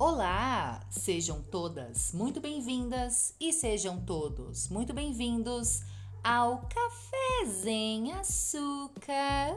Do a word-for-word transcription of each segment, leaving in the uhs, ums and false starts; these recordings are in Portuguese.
Olá! Sejam todas muito bem-vindas e sejam todos muito bem-vindos ao Café Sem Açúcar,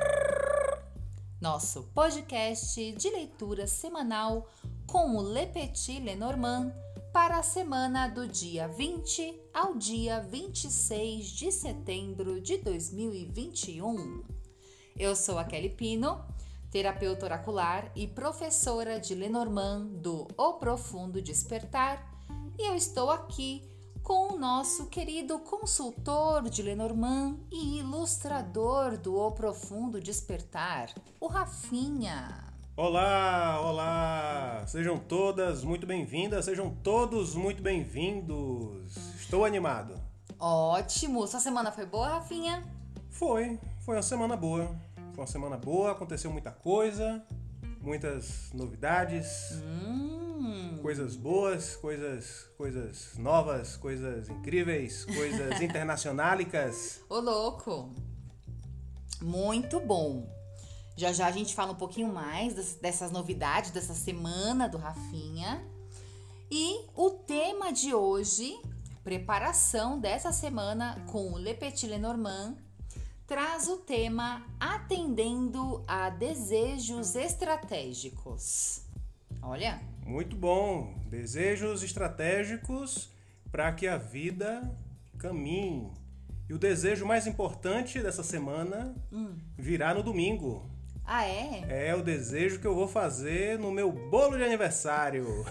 nosso podcast de leitura semanal com o Le Petit Lenormand para a semana do dia vinte ao dia vinte e seis de setembro de dois mil e vinte e um. Eu sou a Kelly Pino, terapeuta oracular e professora de Lenormand do O Profundo Despertar, e eu estou aqui com o nosso querido consultor de Lenormand e ilustrador do O Profundo Despertar, o Rafinha. Olá, olá! Sejam todas muito bem-vindas, sejam todos muito bem-vindos. Estou animado. Ótimo! Sua semana foi boa, Rafinha? Foi, foi uma semana boa. Foi uma semana boa, aconteceu muita coisa, muitas novidades, Hum. coisas boas, coisas, coisas novas, coisas incríveis, coisas internacionalicas. Ô, louco! Muito bom! Já já a gente fala um pouquinho mais das, dessas novidades dessa semana do Rafinha. E o tema de hoje, preparação dessa semana com o Le Petit Lenormand, traz o tema Atendendo a Desejos Estratégicos. Olha! Muito bom! Desejos estratégicos para que a vida caminhe. E o desejo mais importante dessa semana hum. virá no domingo. Ah, é? É o desejo que eu vou fazer no meu bolo de aniversário.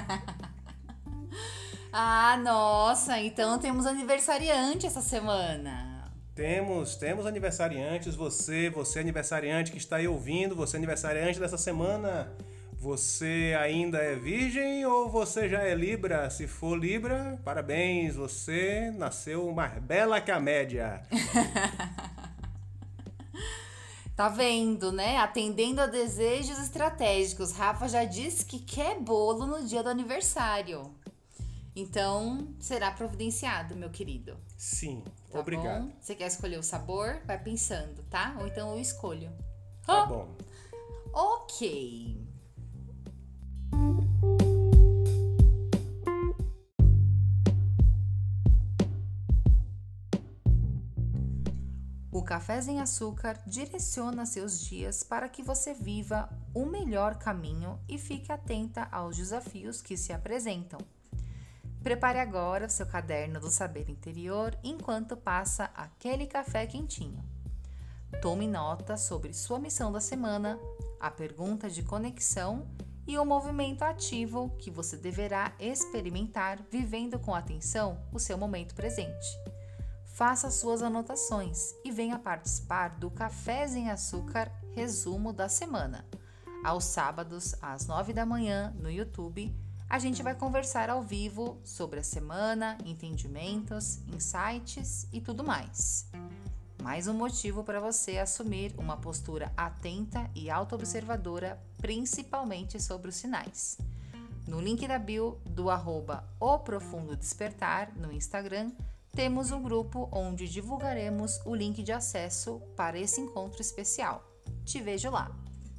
Ah, nossa! Então temos aniversariante essa semana. Temos, temos aniversariantes. Você, você aniversariante que está aí ouvindo, você aniversariante dessa semana, você ainda é virgem ou você já é Libra? Se for Libra, parabéns, você nasceu mais bela que a média. Tá vendo, né? Atendendo a desejos estratégicos. Rafa já disse que quer bolo no dia do aniversário. Então, será providenciado, meu querido. Sim, tá obrigado. Bom? Você quer escolher o sabor? Vai pensando, tá? Ou então eu escolho. Tá oh! bom. Ok. O Café Sem Açúcar direciona seus dias para que você viva o melhor caminho e fique atenta aos desafios que se apresentam. Prepare agora o seu caderno do saber interior enquanto passa aquele café quentinho. Tome nota sobre sua missão da semana, a pergunta de conexão e o movimento ativo que você deverá experimentar vivendo com atenção o seu momento presente. Faça suas anotações e venha participar do Café Sem Açúcar Resumo da Semana. Aos sábados, às nove da manhã, no YouTube, a gente vai conversar ao vivo sobre a semana, entendimentos, insights e tudo mais. Mais um motivo para você assumir uma postura atenta e autoobservadora, principalmente sobre os sinais. No link da bio do arroba O Profundo Despertar no Instagram, temos um grupo onde divulgaremos o link de acesso para esse encontro especial. Te vejo lá!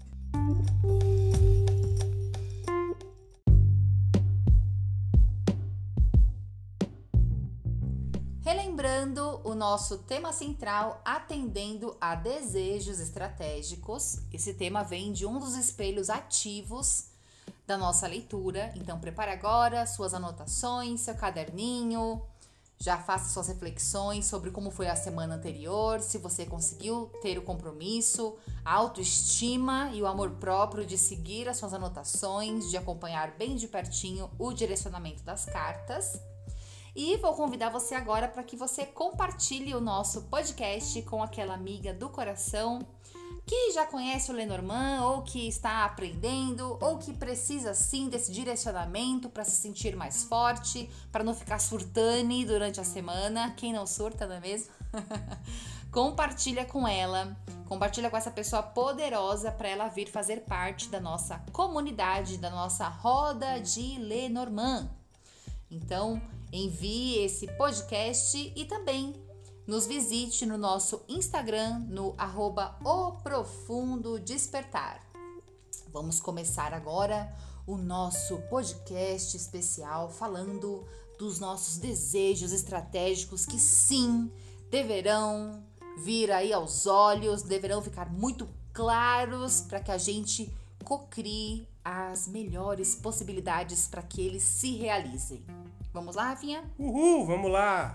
Relembrando o nosso tema central, atendendo a desejos estratégicos. Esse tema vem de um dos espelhos ativos da nossa leitura. Então prepare agora suas anotações, seu caderninho. Já faça suas reflexões sobre como foi a semana anterior, se você conseguiu ter o compromisso, a autoestima e o amor próprio de seguir as suas anotações, de acompanhar bem de pertinho o direcionamento das cartas. E vou convidar você agora para que você compartilhe o nosso podcast com aquela amiga do coração que já conhece o Lenormand ou que está aprendendo ou que precisa sim desse direcionamento para se sentir mais forte, para não ficar surtando durante a semana. Quem não surta, não é mesmo? Compartilha com ela, compartilha com essa pessoa poderosa para ela vir fazer parte da nossa comunidade, da nossa roda de Lenormand. Então, envie esse podcast e também nos visite no nosso Instagram, no arroba O Profundo Despertar. Vamos começar agora o nosso podcast especial falando dos nossos desejos estratégicos que sim, deverão vir aí aos olhos, deverão ficar muito claros para que a gente cocrie as melhores possibilidades para que eles se realizem. Vamos lá, Rafinha? Uhul, vamos lá!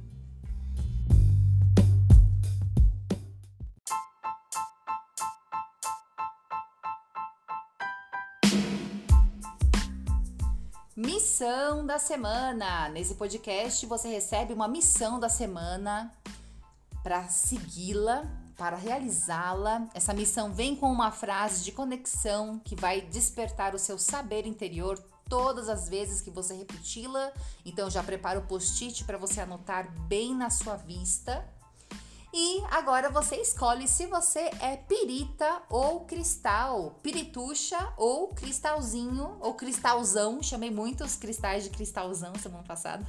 Missão da semana. Nesse podcast você recebe uma missão da semana para segui-la, para realizá-la. Essa missão vem com uma frase de conexão que vai despertar o seu saber interior todas as vezes que você repeti-la. Então já prepara o post-it para você anotar bem na sua vista. E agora você escolhe se você é pirita ou cristal, pirituxa ou cristalzinho ou cristalzão. Chamei muitos cristais de cristalzão semana passada.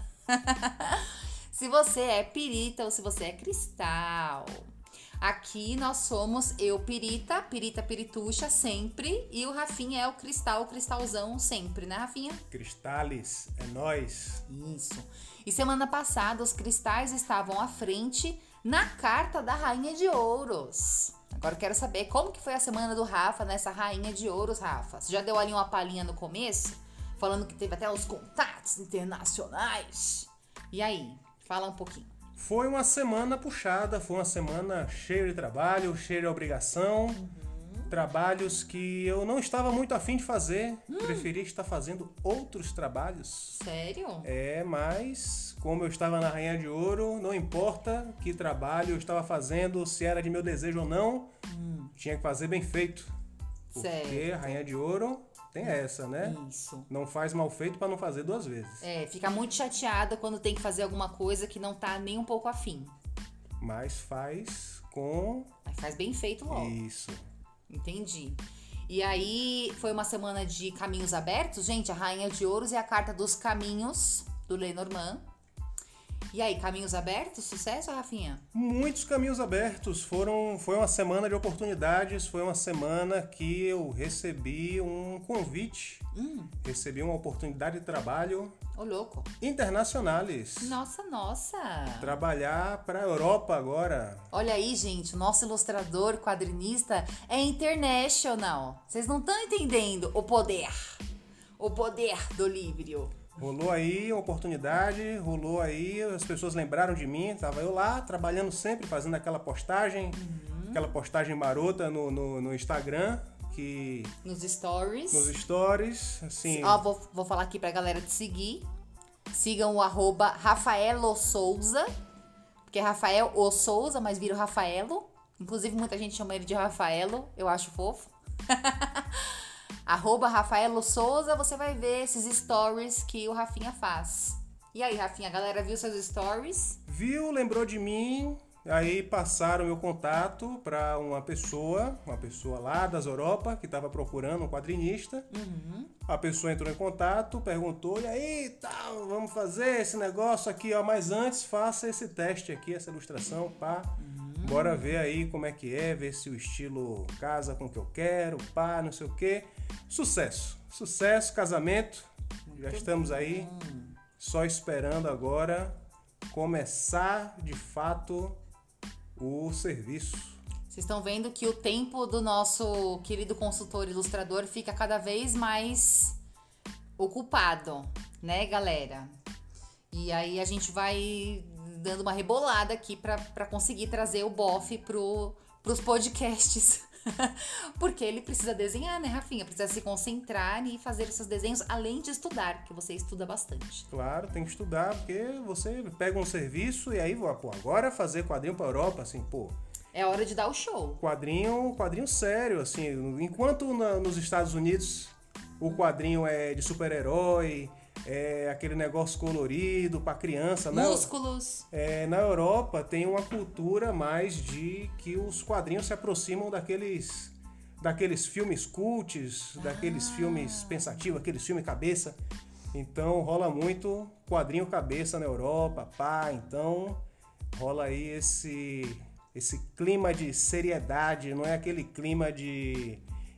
Se você é pirita ou se você é cristal. Aqui nós somos eu pirita, pirita pirituxa sempre, e o Rafinha é o cristal, o cristalzão sempre, né, Rafinha? Cristales, é nóis. Isso. E semana passada os cristais estavam à frente na carta da Rainha de Ouros. Agora eu quero saber como que foi a semana do Rafa nessa Rainha de Ouros, Rafa. Você já deu ali uma palhinha no começo, falando que teve até os contatos internacionais. E aí? Fala um pouquinho. Foi uma semana puxada, foi uma semana cheia de trabalho, cheia de obrigação. Uhum. Trabalhos que eu não estava muito afim de fazer. Hum. Preferia estar fazendo outros trabalhos. Sério? É, mas como eu estava na Rainha de Ouro, não importa que trabalho eu estava fazendo, se era de meu desejo ou não, hum. tinha que fazer bem feito. Porque certo. A Rainha de Ouro tem essa, né? Isso. Não faz mal feito para não fazer duas vezes. É, fica muito chateada quando tem que fazer alguma coisa que não tá nem um pouco afim. Mas faz com... Mas faz bem feito logo. Isso. Entendi. E aí, foi uma semana de caminhos abertos. Gente, a Rainha de Ouros é a carta dos caminhos do Lenormand. E aí, caminhos abertos? Sucesso, Rafinha? Muitos caminhos abertos. Foram, foi uma semana de oportunidades. Foi uma semana que eu recebi um convite. Hum. Recebi uma oportunidade de trabalho. Ô, louco. Internacionais. Nossa, nossa. Trabalhar para a Europa agora. Olha aí, gente. O nosso ilustrador, quadrinista é international. Vocês não estão entendendo o poder. O poder do livro. Rolou aí uma oportunidade, rolou aí, as pessoas lembraram de mim, tava eu lá, trabalhando sempre, fazendo aquela postagem, uhum. aquela postagem marota no, no, no Instagram, que... Nos stories. Nos stories, assim... Ó, vou, vou falar aqui pra galera te seguir. Sigam o arroba Rafaelo Souza, porque é Rafael O Souza, mas vira o Rafaelo. Inclusive, muita gente chama ele de Rafaelo, eu acho fofo. Arroba Rafaelo Souza, você vai ver esses stories que o Rafinha faz. E aí, Rafinha, a galera viu seus stories? Viu, lembrou de mim, aí passaram meu contato para uma pessoa, uma pessoa lá das Europa, que estava procurando um quadrinista. Uhum. A pessoa entrou em contato, perguntou, e aí, tal, vamos fazer esse negócio aqui, ó, mas antes faça esse teste aqui, essa ilustração, pá. Uhum. Bora ver aí como é que é, ver se o estilo casa com o que eu quero, pá, não sei o quê. Sucesso, sucesso, casamento, muito já estamos bom. Aí, só esperando agora começar de fato o serviço. Vocês estão vendo que o tempo do nosso querido consultor ilustrador fica cada vez mais ocupado, né, galera? E aí a gente vai dando uma rebolada aqui para conseguir trazer o bofe pro, pros podcasts. Porque ele precisa desenhar, né, Rafinha? Precisa se concentrar e fazer seus desenhos, além de estudar, porque você estuda bastante. Claro, tem que estudar, porque você pega um serviço e aí, pô, agora fazer quadrinho pra Europa, assim, pô... É hora de dar o show. Quadrinho, quadrinho sério, assim, enquanto na, nos Estados Unidos o quadrinho é de super-herói... É aquele negócio colorido para criança, né? Músculos. É, na Europa tem uma cultura mais de que os quadrinhos se aproximam daqueles, daqueles filmes cults, ah. daqueles filmes pensativos, aqueles filmes cabeça. Então rola muito quadrinho cabeça na Europa, pá. Então rola aí esse, esse clima de seriedade, não é aquele clima de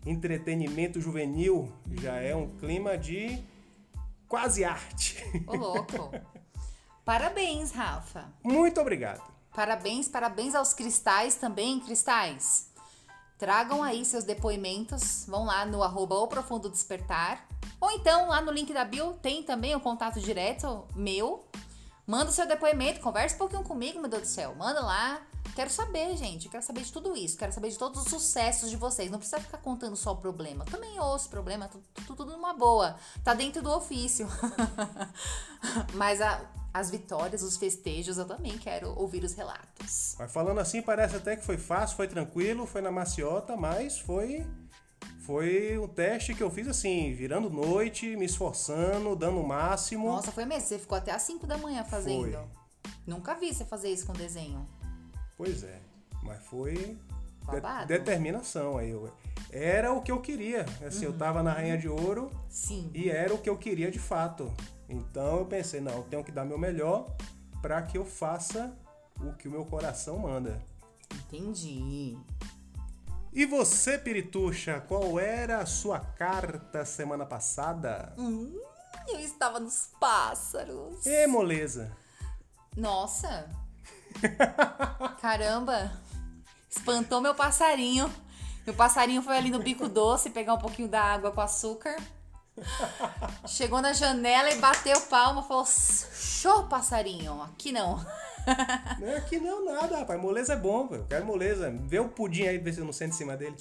entretenimento juvenil, já é um clima de quase arte. Ô, louco. Parabéns, Rafa. Muito obrigado. Parabéns, parabéns aos cristais também, cristais. Tragam aí seus depoimentos, vão lá no arroba O Profundo Despertar. Ou então, lá no link da bio, tem também o contato direto meu. Manda o seu depoimento, conversa um pouquinho comigo, meu Deus do céu. Manda lá. Quero saber, gente. Quero saber de tudo isso. Quero saber de todos os sucessos de vocês. Não precisa ficar contando só o problema. Também ouço problema, tudo, tudo, tudo numa boa. Tá dentro do ofício. Mas a, as vitórias, os festejos, eu também quero ouvir os relatos. Mas falando assim, parece até que foi fácil, foi tranquilo, foi na maciota, mas foi... Foi um teste que eu fiz assim, virando noite, me esforçando, dando o máximo. Nossa, foi mesmo. Você ficou até às cinco da manhã fazendo. Foi. Nunca vi você fazer isso com desenho. Pois é, mas foi Babado. de- determinação. Aí eu, era o que eu queria. Assim, Uhum. Eu tava na Rainha de Ouro Sim. e era o que eu queria de fato. Então eu pensei, não, eu tenho que dar meu melhor para que eu faça o que o meu coração manda. Entendi. E você, Pirituxa, qual era a sua carta semana passada? Hum, eu estava nos pássaros. E moleza. Nossa. Caramba. Espantou meu passarinho. Meu passarinho foi ali no Bico Doce pegar um pouquinho da água com açúcar. Chegou na janela e bateu palma. Falou, show, passarinho. Aqui não. Não é aqui não, nada, rapaz. Moleza é bom, eu quero moleza. Vê o pudim aí, ver se eu não sento em cima dele.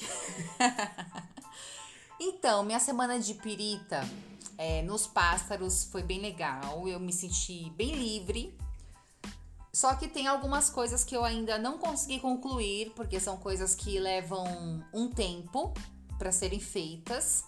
Então, minha semana de pirita é, nos pássaros foi bem legal. Eu me senti bem livre. Só que tem algumas coisas que eu ainda não consegui concluir, porque são coisas que levam um tempo para serem feitas.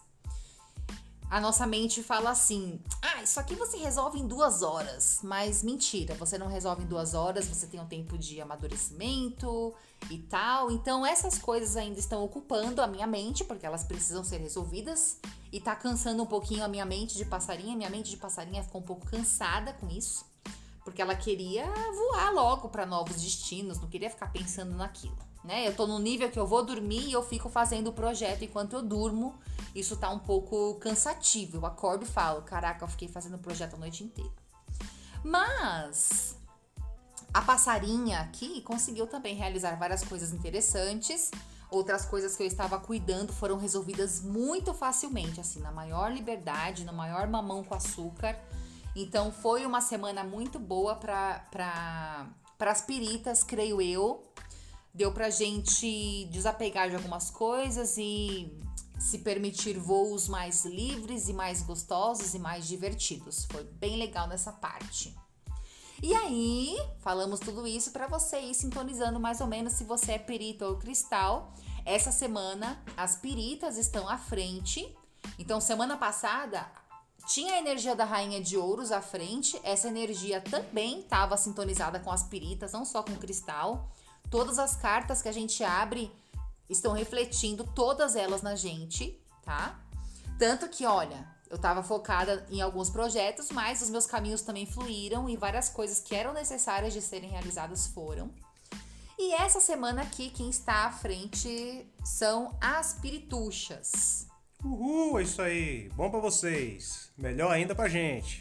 A nossa mente fala assim, ah, isso aqui você resolve em duas horas. Mas mentira, você não resolve em duas horas, você tem um tempo de amadurecimento e tal. Então essas coisas ainda estão ocupando a minha mente, porque elas precisam ser resolvidas. E tá cansando um pouquinho a minha mente de passarinha. Minha mente de passarinha ficou um pouco cansada com isso. Porque ela queria voar logo para novos destinos, não queria ficar pensando naquilo, né? Eu tô num nível que eu vou dormir e eu fico fazendo o projeto enquanto eu durmo. Isso tá um pouco cansativo. Eu acordo e falo, caraca, eu fiquei fazendo o projeto a noite inteira. Mas a passarinha aqui conseguiu também realizar várias coisas interessantes. Outras coisas que eu estava cuidando foram resolvidas muito facilmente, assim, na maior liberdade, no maior mamão com açúcar. Então foi uma semana muito boa para para as piritas, creio eu. Deu pra gente desapegar de algumas coisas e se permitir voos mais livres e mais gostosos e mais divertidos. Foi bem legal nessa parte. E aí, falamos tudo isso para você ir sintonizando mais ou menos se você é pirita ou cristal. Essa semana as piritas estão à frente. Então, semana passada tinha a energia da Rainha de Ouros à frente. Essa energia também estava sintonizada com as piritas, não só com o cristal. Todas as cartas que a gente abre estão refletindo todas elas na gente, tá? Tanto que, olha, eu tava focada em alguns projetos, mas os meus caminhos também fluíram e várias coisas que eram necessárias de serem realizadas foram. E essa semana aqui, quem está à frente são as pirituxas. Uhul, é isso aí. Bom pra vocês. Melhor ainda pra gente.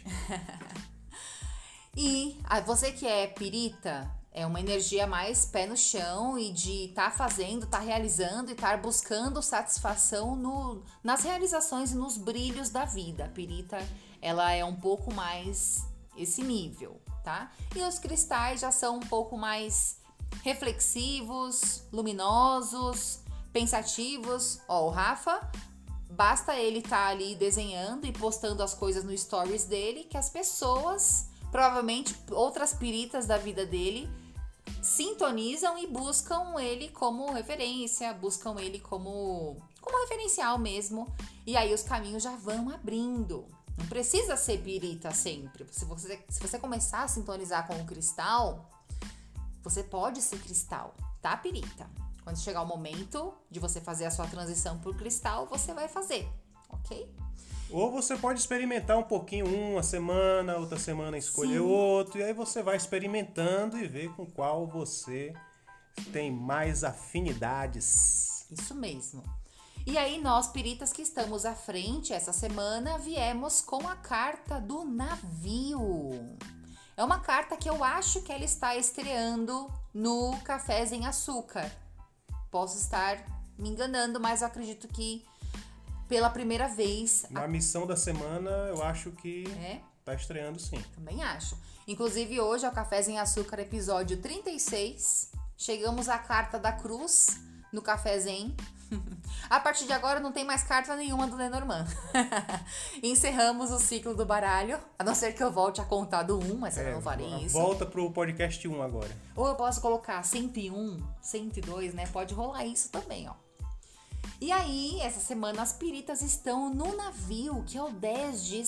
E ah, você que é pirita, é uma energia mais pé no chão e de estar tá fazendo, estar tá realizando e estar tá buscando satisfação no, nas realizações e nos brilhos da vida. A pirita, ela é um pouco mais esse nível, tá? E os cristais já são um pouco mais reflexivos, luminosos, pensativos. Ó, o Rafa, basta ele estar tá ali desenhando e postando as coisas no stories dele, que as pessoas, provavelmente outras piritas da vida dele, sintonizam e buscam ele como referência, buscam ele como, como referencial mesmo. E aí os caminhos já vão abrindo. Não precisa ser pirita sempre. Se você, se você começar a sintonizar com o cristal, você pode ser cristal, tá, pirita? Quando chegar o momento de você fazer a sua transição pro cristal, você vai fazer, ok? Ou você pode experimentar um pouquinho uma semana, outra semana escolher Sim. outro, e aí você vai experimentando e ver com qual você tem mais afinidades. Isso mesmo. E aí nós, piritas que estamos à frente essa semana, viemos com a carta do navio. É uma carta que eu acho que ela está estreando no Cafés em Açúcar. Posso estar me enganando, mas eu acredito que pela primeira vez... Na a... missão da semana, eu acho que É? tá estreando sim. Também acho. Inclusive hoje é o Cafés em Açúcar, episódio trinta e seis. Chegamos à carta da cruz no Cafés em... A partir de agora não tem mais carta nenhuma do Lenormand. Encerramos o ciclo do baralho. A não ser que eu volte a contar do um, mas eu não farei isso. Volta pro podcast um agora. Ou eu posso colocar cento e um, cento e dois, né? Pode rolar isso também, ó. E aí, essa semana as piritas estão no navio, que é o dez de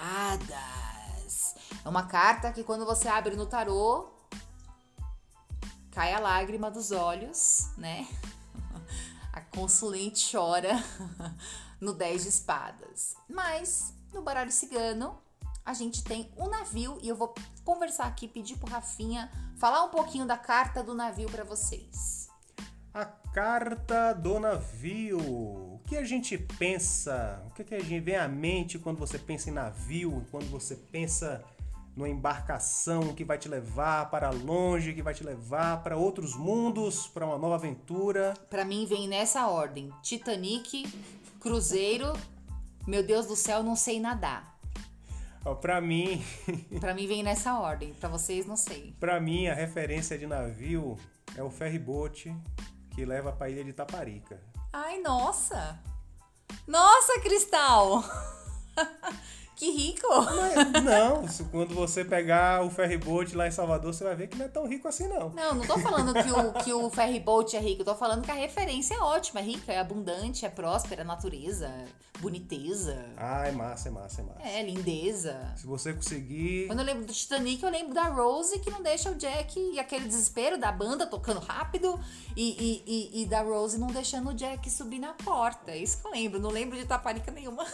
espadas. É uma carta que quando você abre no tarô, cai a lágrima dos olhos, né? A consulente chora no dez de espadas. Mas, no baralho cigano, a gente tem um navio e eu vou conversar aqui, pedir pro Rafinha falar um pouquinho da carta do navio para vocês. A carta do navio. O que a gente pensa? O que, que a gente vem à mente quando você pensa em navio? Quando você pensa numa embarcação que vai te levar para longe, que vai te levar para outros mundos, para uma nova aventura? Para mim vem nessa ordem: Titanic, cruzeiro, meu Deus do céu, não sei nadar. Para mim, para mim vem nessa ordem. Para vocês não sei. Para mim a referência de navio é o ferryboat que leva para a ilha de Taparica. Ai, nossa! Nossa, Cristal! Que rico! Mas, não, quando você pegar o ferryboat lá em Salvador, você vai ver que não é tão rico assim, não. Não, não tô falando que o, que o ferryboat é rico, eu tô falando que a referência é ótima, é rica, é abundante, é próspera, natureza, boniteza. Ah, é massa, é massa, é massa. É, lindeza. Se você conseguir... Quando eu lembro do Titanic, eu lembro da Rose, que não deixa o Jack, e aquele desespero da banda tocando rápido, e, e, e, e da Rose não deixando o Jack subir na porta. É isso que eu lembro, não lembro de Taparica nenhuma.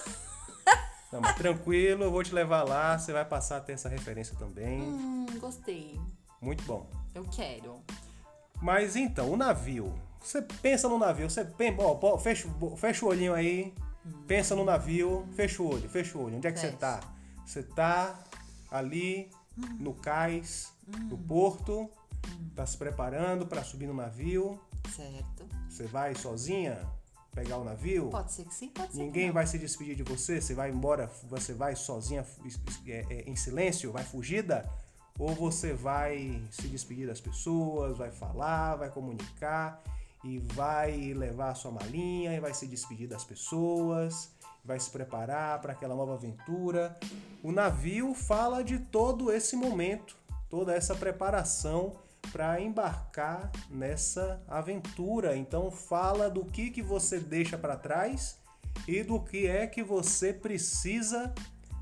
Não, mas tranquilo, eu vou te levar lá, você vai passar a ter essa referência também. Hum, gostei. Muito bom. Eu quero. Mas então, o navio. Você pensa no navio, você pensa, ó, fecha, fecha o olhinho aí, hum. pensa no navio, fecha o olho, fecha o olho. Onde é que Fecha. você tá? Você tá ali hum. no cais, hum. no porto, hum. tá se preparando para subir no navio. Certo. Você vai sozinha pegar o navio? Pode ser que sim, pode ser. Ninguém vai se despedir de você? Você vai embora, você vai sozinha em silêncio, vai fugida? Ou você vai se despedir das pessoas, vai falar, vai comunicar e vai levar a sua malinha e vai se despedir das pessoas, vai se preparar para aquela nova aventura? O navio fala de todo esse momento, toda essa preparação para embarcar nessa aventura. Então fala do que, que você deixa para trás e do que é que você precisa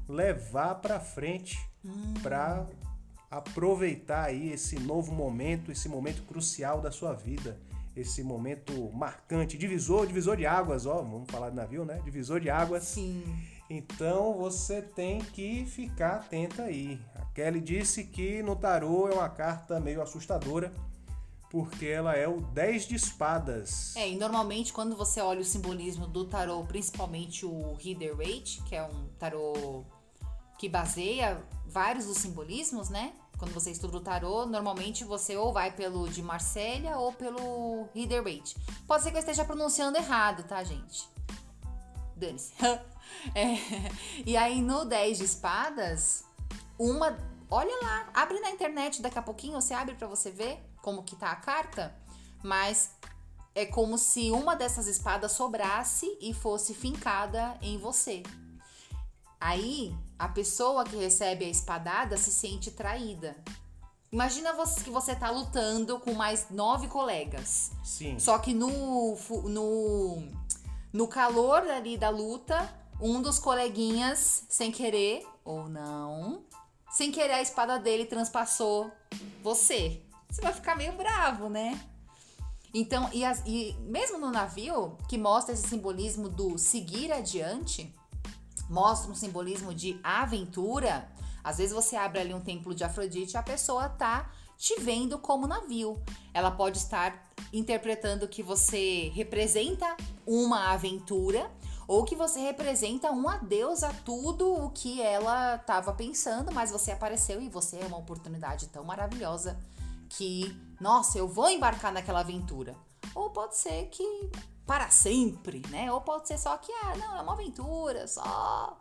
levar para frente hum. para aproveitar aí esse novo momento, esse momento crucial da sua vida, esse momento marcante, divisor, divisor de águas, ó, vamos falar de navio, né? Divisor de águas. Sim. Então você tem que ficar atenta aí. A Kelly disse que no tarô é uma carta meio assustadora, porque ela é o dez de espadas. É, e normalmente quando você olha o simbolismo do tarô, principalmente o Rider-Waite, que é um tarô que baseia vários dos simbolismos, né? Quando você estuda o tarô, normalmente você ou vai pelo de Marsella ou pelo Rider-Waite. Pode ser que eu esteja pronunciando errado, tá, gente? Dane-se. É, e aí no dez de espadas, uma, olha lá, abre na internet daqui a pouquinho, você abre pra você ver como que tá a carta, mas é como se uma dessas espadas sobrasse e fosse fincada em você. Aí a pessoa que recebe a espadada se sente traída. Imagina você, que você tá lutando com mais nove colegas. Sim. Só que no, no, no calor ali da luta, um dos coleguinhas, sem querer, ou não, sem querer a espada dele transpassou você. Você vai ficar meio bravo, né? Então, e, as, e mesmo no navio, que mostra esse simbolismo do seguir adiante, mostra um simbolismo de aventura. Às vezes você abre ali um templo de Afrodite e a pessoa tá te vendo como navio. Ela pode estar interpretando que você representa uma aventura, ou que você representa um adeus a tudo o que ela estava pensando, mas você apareceu e você é uma oportunidade tão maravilhosa que, nossa, eu vou embarcar naquela aventura. Ou pode ser que para sempre, né? Ou pode ser só que, ah, não, é uma aventura, só.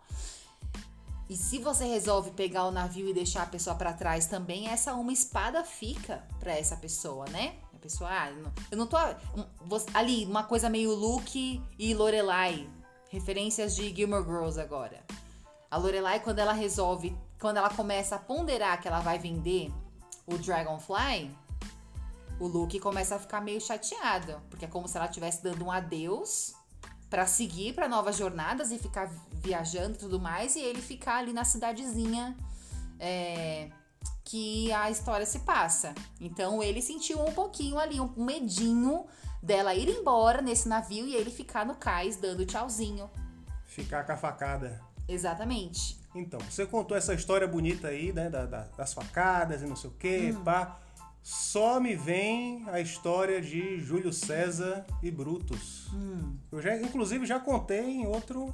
E se você resolve pegar o navio e deixar a pessoa para trás também, essa uma espada fica para essa pessoa, né? A pessoa, ah, eu não, eu não tô... Ali, uma coisa meio Luke e Lorelai. Referências de Gilmore Girls agora. A Lorelai, quando ela resolve, quando ela começa a ponderar que ela vai vender o Dragonfly, o Luke começa a ficar meio chateado, porque é como se ela estivesse dando um adeus pra seguir pra novas jornadas e ficar viajando e tudo mais, e ele ficar ali na cidadezinha é, que a história se passa. Então ele sentiu um pouquinho ali, um medinho dela ir embora nesse navio e ele ficar no cais dando tchauzinho. Ficar com a facada. Exatamente. Então, você contou essa história bonita aí, né, da, da, das facadas e não sei o quê, hum. pá. Só me vem a história de Júlio César e Brutus. Hum. Eu já, inclusive, já contei em outro,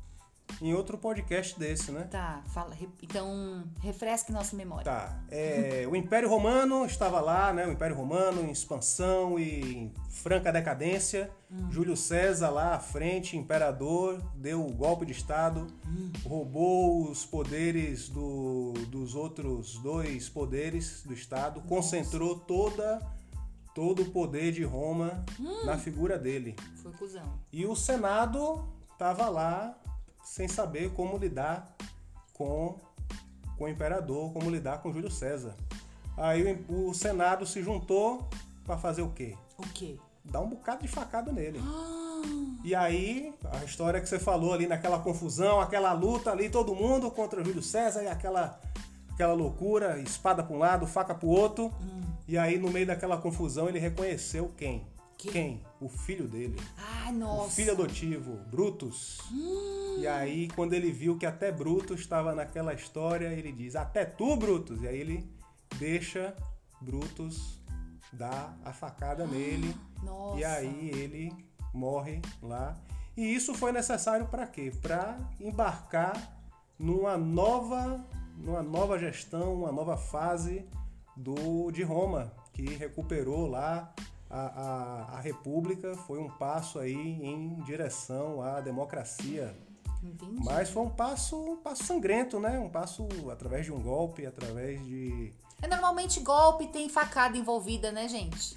em outro podcast desse, né? Tá, fala, então refresque nossa memória. Tá, é, o Império Romano estava lá, né? O Império Romano em expansão e em franca decadência. Hum. Júlio César lá à frente, imperador, deu o golpe de estado, hum. roubou os poderes do, dos outros dois poderes do estado, Nossa. concentrou toda, todo o poder de Roma hum. na figura dele. Foi cuzão. E o Senado estava lá sem saber como lidar com, com o imperador, como lidar com Júlio César. Aí o, o Senado se juntou para fazer o quê? O quê? Dar um bocado de facada nele. Ah. E aí, a história que você falou ali naquela confusão, aquela luta ali, todo mundo contra Júlio César e aquela, aquela loucura, espada para um lado, faca para o outro. Hum. E aí, no meio daquela confusão, ele reconheceu quem? Quem? Quem? O filho dele. Ai, nossa. O filho adotivo, Brutus. Hum. E aí, quando ele viu que até Brutus estava naquela história, ele diz, até tu, Brutus? E aí ele deixa Brutus dar a facada nele. Nossa. E aí ele morre lá. E isso foi necessário para quê? Para embarcar numa nova, numa nova gestão, uma nova fase do, de Roma, que recuperou lá a, a, a República. Foi um passo aí em direção à democracia. Entendi. Mas foi um passo, um passo sangrento, né? Um passo através de um golpe, através de... É, normalmente golpe tem facada envolvida, né, gente?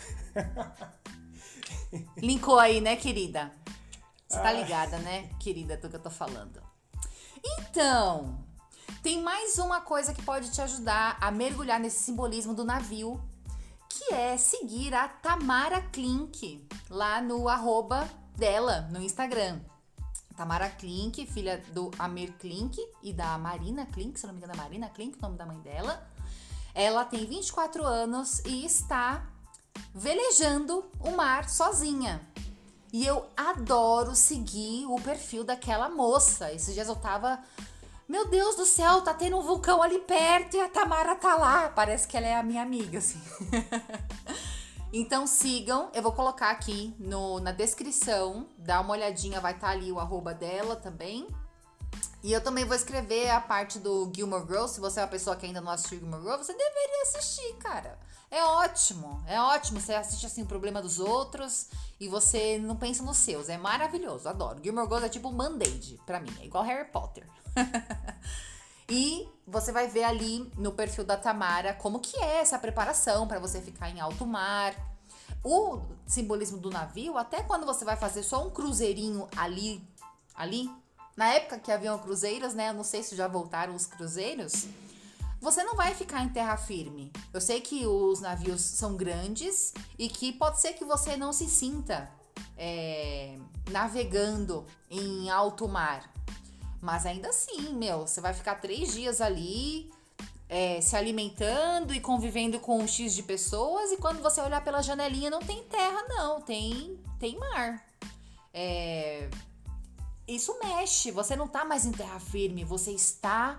Linkou aí, né, querida? Você tá ligada, né, querida, do que eu tô falando. Então, tem mais uma coisa que pode te ajudar a mergulhar nesse simbolismo do navio, que é seguir a Tamara Klink lá no arroba dela, no Instagram. Tamara Klink, filha do Amir Klink e da Marina Klink, se não me engano é Marina Klink, o nome da mãe dela. Ela tem vinte e quatro anos e está velejando o mar sozinha. E eu adoro seguir o perfil daquela moça. Esses dias eu tava... Meu Deus do céu, tá tendo um vulcão ali perto e a Tamara tá lá. Parece que ela é a minha amiga, assim. Então sigam, eu vou colocar aqui no, na descrição, dá uma olhadinha, vai estar ali o arroba dela também. E eu também vou escrever a parte do Gilmore Girls. Se você é uma pessoa que ainda não assistiu Gilmore Girls, você deveria assistir, cara. É ótimo, é ótimo. Você assiste assim o problema dos outros e você não pensa nos seus. É maravilhoso, adoro. Gilmore Girls é tipo um band-aid pra mim, é igual Harry Potter. E você vai ver ali no perfil da Tamara como que é essa preparação para você ficar em alto mar. O simbolismo do navio, até quando você vai fazer só um cruzeirinho ali, ali, na época que haviam cruzeiros, né? Eu não sei se já voltaram os cruzeiros. Você não vai ficar em terra firme. Eu sei que os navios são grandes e que pode ser que você não se sinta é, navegando em alto mar. Mas ainda assim, meu, você vai ficar três dias ali é, se alimentando e convivendo com um X de pessoas e quando você olhar pela janelinha não tem terra, não, tem, tem mar. É, isso mexe, você não tá mais em terra firme, você está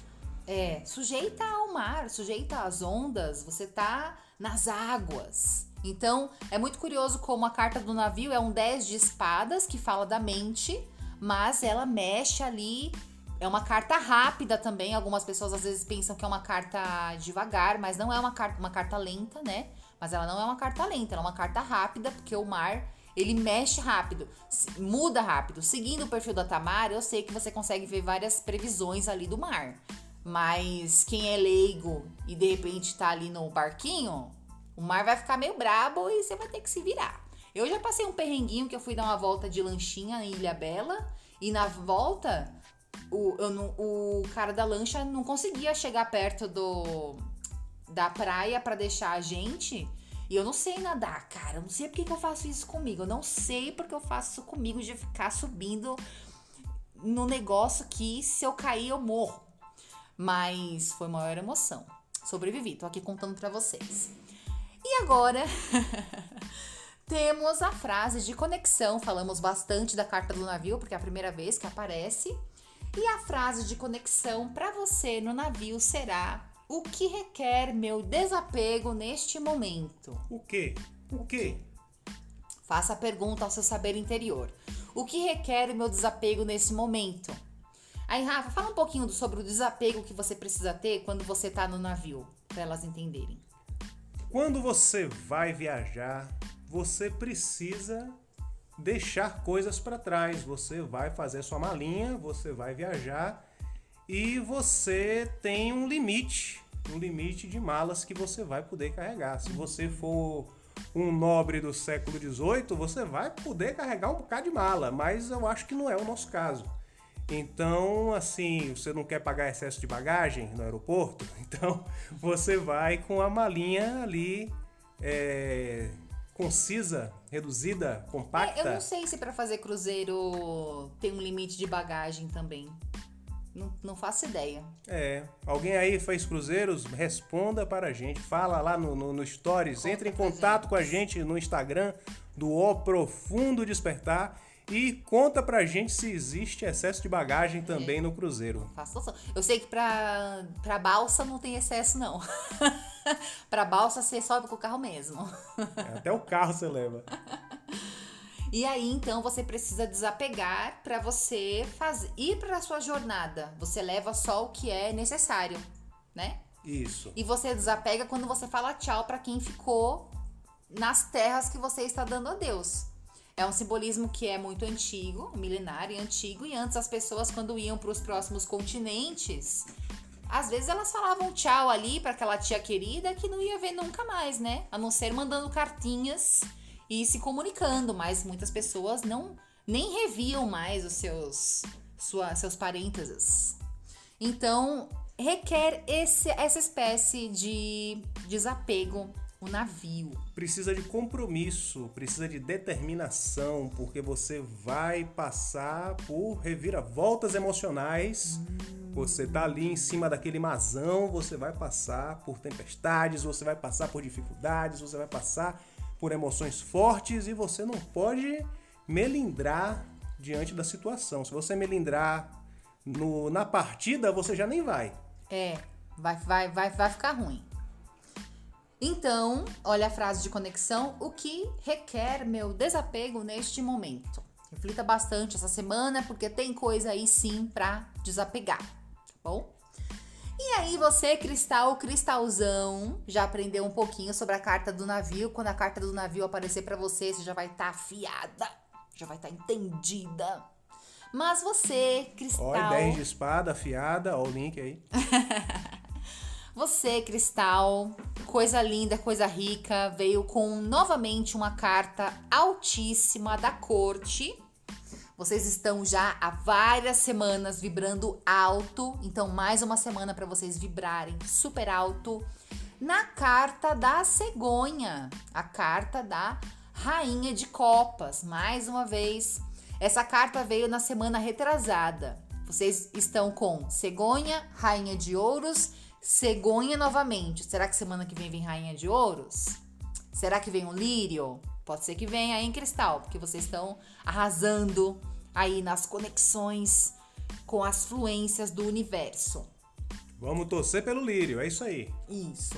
é, sujeita ao mar, sujeita às ondas, você tá nas águas. Então, é muito curioso como a carta do navio é um dez de espadas, que fala da mente, mas ela mexe ali. É uma carta rápida também. Algumas pessoas às vezes pensam que é uma carta devagar, mas não é uma carta, uma carta lenta, né? Mas ela não é uma carta lenta, ela é uma carta rápida, porque o mar, ele mexe rápido, muda rápido. Seguindo o perfil da Tamara, eu sei que você consegue ver várias previsões ali do mar. Mas quem é leigo e de repente tá ali no barquinho, o mar vai ficar meio brabo e você vai ter que se virar. Eu já passei um perrenguinho que eu fui dar uma volta de lanchinha em Ilhabela e na volta o, eu não, o cara da lancha não conseguia chegar perto do, da praia pra deixar a gente. E eu não sei nadar, cara. Eu não sei porque que eu faço isso comigo. Eu não sei porque eu faço isso comigo de ficar subindo no negócio que se eu cair eu morro. Mas foi a maior emoção. Sobrevivi, tô aqui contando pra vocês. E agora temos a frase de conexão. Falamos bastante da carta do navio, porque é a primeira vez que aparece. E a frase de conexão para você no navio será: o que requer meu desapego neste momento? O quê? O quê? Faça a pergunta ao seu saber interior. O que requer o meu desapego nesse momento? Aí, Rafa, fala um pouquinho sobre o desapego que você precisa ter quando você tá no navio, para elas entenderem. Quando você vai viajar, você precisa deixar coisas para trás. Você vai fazer sua malinha, você vai viajar e você tem um limite, um limite de malas que você vai poder carregar. Se você for um nobre do século dezoito, você vai poder carregar um bocado de mala, mas eu acho que não é o nosso caso. Então, assim, você não quer pagar excesso de bagagem no aeroporto? Então, você vai com a malinha ali é, concisa, reduzida, compacta. É, eu não sei se para fazer cruzeiro tem um limite de bagagem também. Não, não faço ideia. É, alguém aí fez cruzeiros? Responda para a gente. Fala lá no, no, no Stories. Conta, entre em contato gente. com a gente no Instagram do O Profundo Despertar. E conta pra gente se existe excesso de bagagem também é. no cruzeiro. Faço noção. Eu sei que pra, pra balsa não tem excesso, não. Pra balsa você sobe com o carro mesmo. É, até o carro você leva. E aí, então, você precisa desapegar pra você fazer, ir pra sua jornada. Você leva só o que é necessário, né? Isso. E você desapega quando você fala tchau pra quem ficou nas terras que você está dando a Deus. É um simbolismo que é muito antigo, milenário e antigo. E antes as pessoas, quando iam para os próximos continentes, às vezes elas falavam tchau ali para aquela tia querida que não ia ver nunca mais, né? A não ser mandando cartinhas e se comunicando. Mas muitas pessoas não nem reviam mais os seus, sua, seus parênteses. Então, requer esse, essa espécie de desapego. O navio. Precisa de compromisso, precisa de determinação, porque você vai passar por reviravoltas emocionais. Hum. Você tá ali em cima daquele masão, você vai passar por tempestades, você vai passar por dificuldades, você vai passar por emoções fortes e você não pode melindrar diante da situação. Se você melindrar no, na partida, você já nem vai. É, vai, vai, vai, vai ficar ruim. Então, olha a frase de conexão: o que requer meu desapego neste momento? Reflita bastante essa semana, porque tem coisa aí sim pra desapegar, tá bom? E aí você, cristal, cristalzão, já aprendeu um pouquinho sobre a carta do navio. Quando a carta do navio aparecer pra você, você já vai estar tá afiada, já vai estar tá entendida. Mas você, cristal... Ó, dez de espada, afiada, ó o link aí. Você, cristal, coisa linda, coisa rica, veio com novamente uma carta altíssima da corte. Vocês estão já há várias semanas vibrando alto, então mais uma semana para vocês vibrarem super alto na carta da cegonha, a carta da rainha de copas. Mais uma vez, essa carta veio na semana retrasada. Vocês estão com cegonha, rainha de ouros, cegonha novamente. Será que semana que vem vem rainha de ouros? Será que vem um lírio? Pode ser que venha aí em cristal, porque vocês estão arrasando aí nas conexões com as fluências do universo. Vamos torcer pelo lírio, é isso aí. Isso.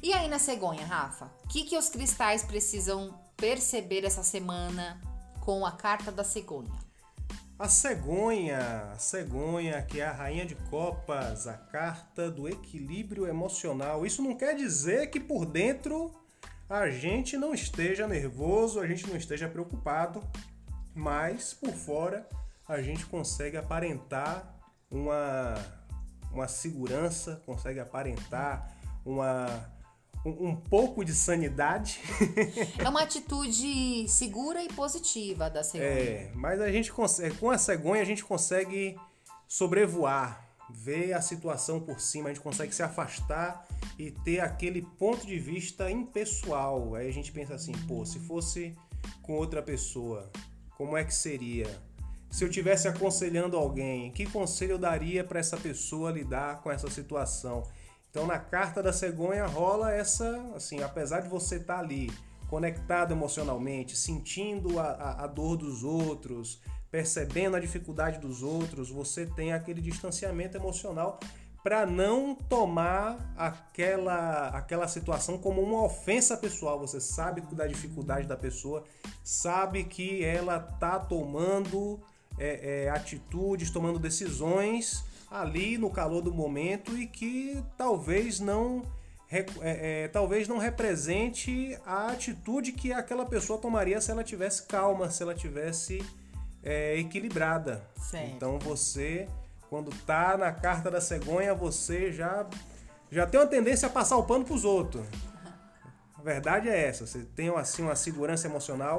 E aí na cegonha, Rafa? O que, que os cristais precisam perceber essa semana com a carta da cegonha? A cegonha, a cegonha, que é a rainha de copas, a carta do equilíbrio emocional. Isso não quer dizer que por dentro a gente não esteja nervoso, a gente não esteja preocupado, mas por fora a gente consegue aparentar uma, uma segurança, consegue aparentar uma, um, um pouco de sanidade. É uma atitude segura e positiva da cegonha. É, mas a gente consegue, com a cegonha a gente consegue sobrevoar, ver a situação por cima, a gente consegue se afastar e ter aquele ponto de vista impessoal. Aí a gente pensa assim, pô, se fosse com outra pessoa, como é que seria? Se eu estivesse aconselhando alguém, que conselho eu daria para essa pessoa lidar com essa situação? Então na carta da cegonha rola essa, assim, apesar de você estar ali conectado emocionalmente, sentindo a, a, a dor dos outros, percebendo a dificuldade dos outros, você tem aquele distanciamento emocional para não tomar aquela, aquela situação como uma ofensa pessoal. Você sabe da dificuldade da pessoa, sabe que ela está tomando é, é, atitudes, tomando decisões ali no calor do momento e que talvez não, é, é, talvez não represente a atitude que aquela pessoa tomaria se ela tivesse calma, se ela tivesse é, equilibrada. Certo. Então você, quando tá na carta da cegonha, você já, já tem uma tendência a passar o pano pros outros. A verdade é essa, você tem assim, uma segurança emocional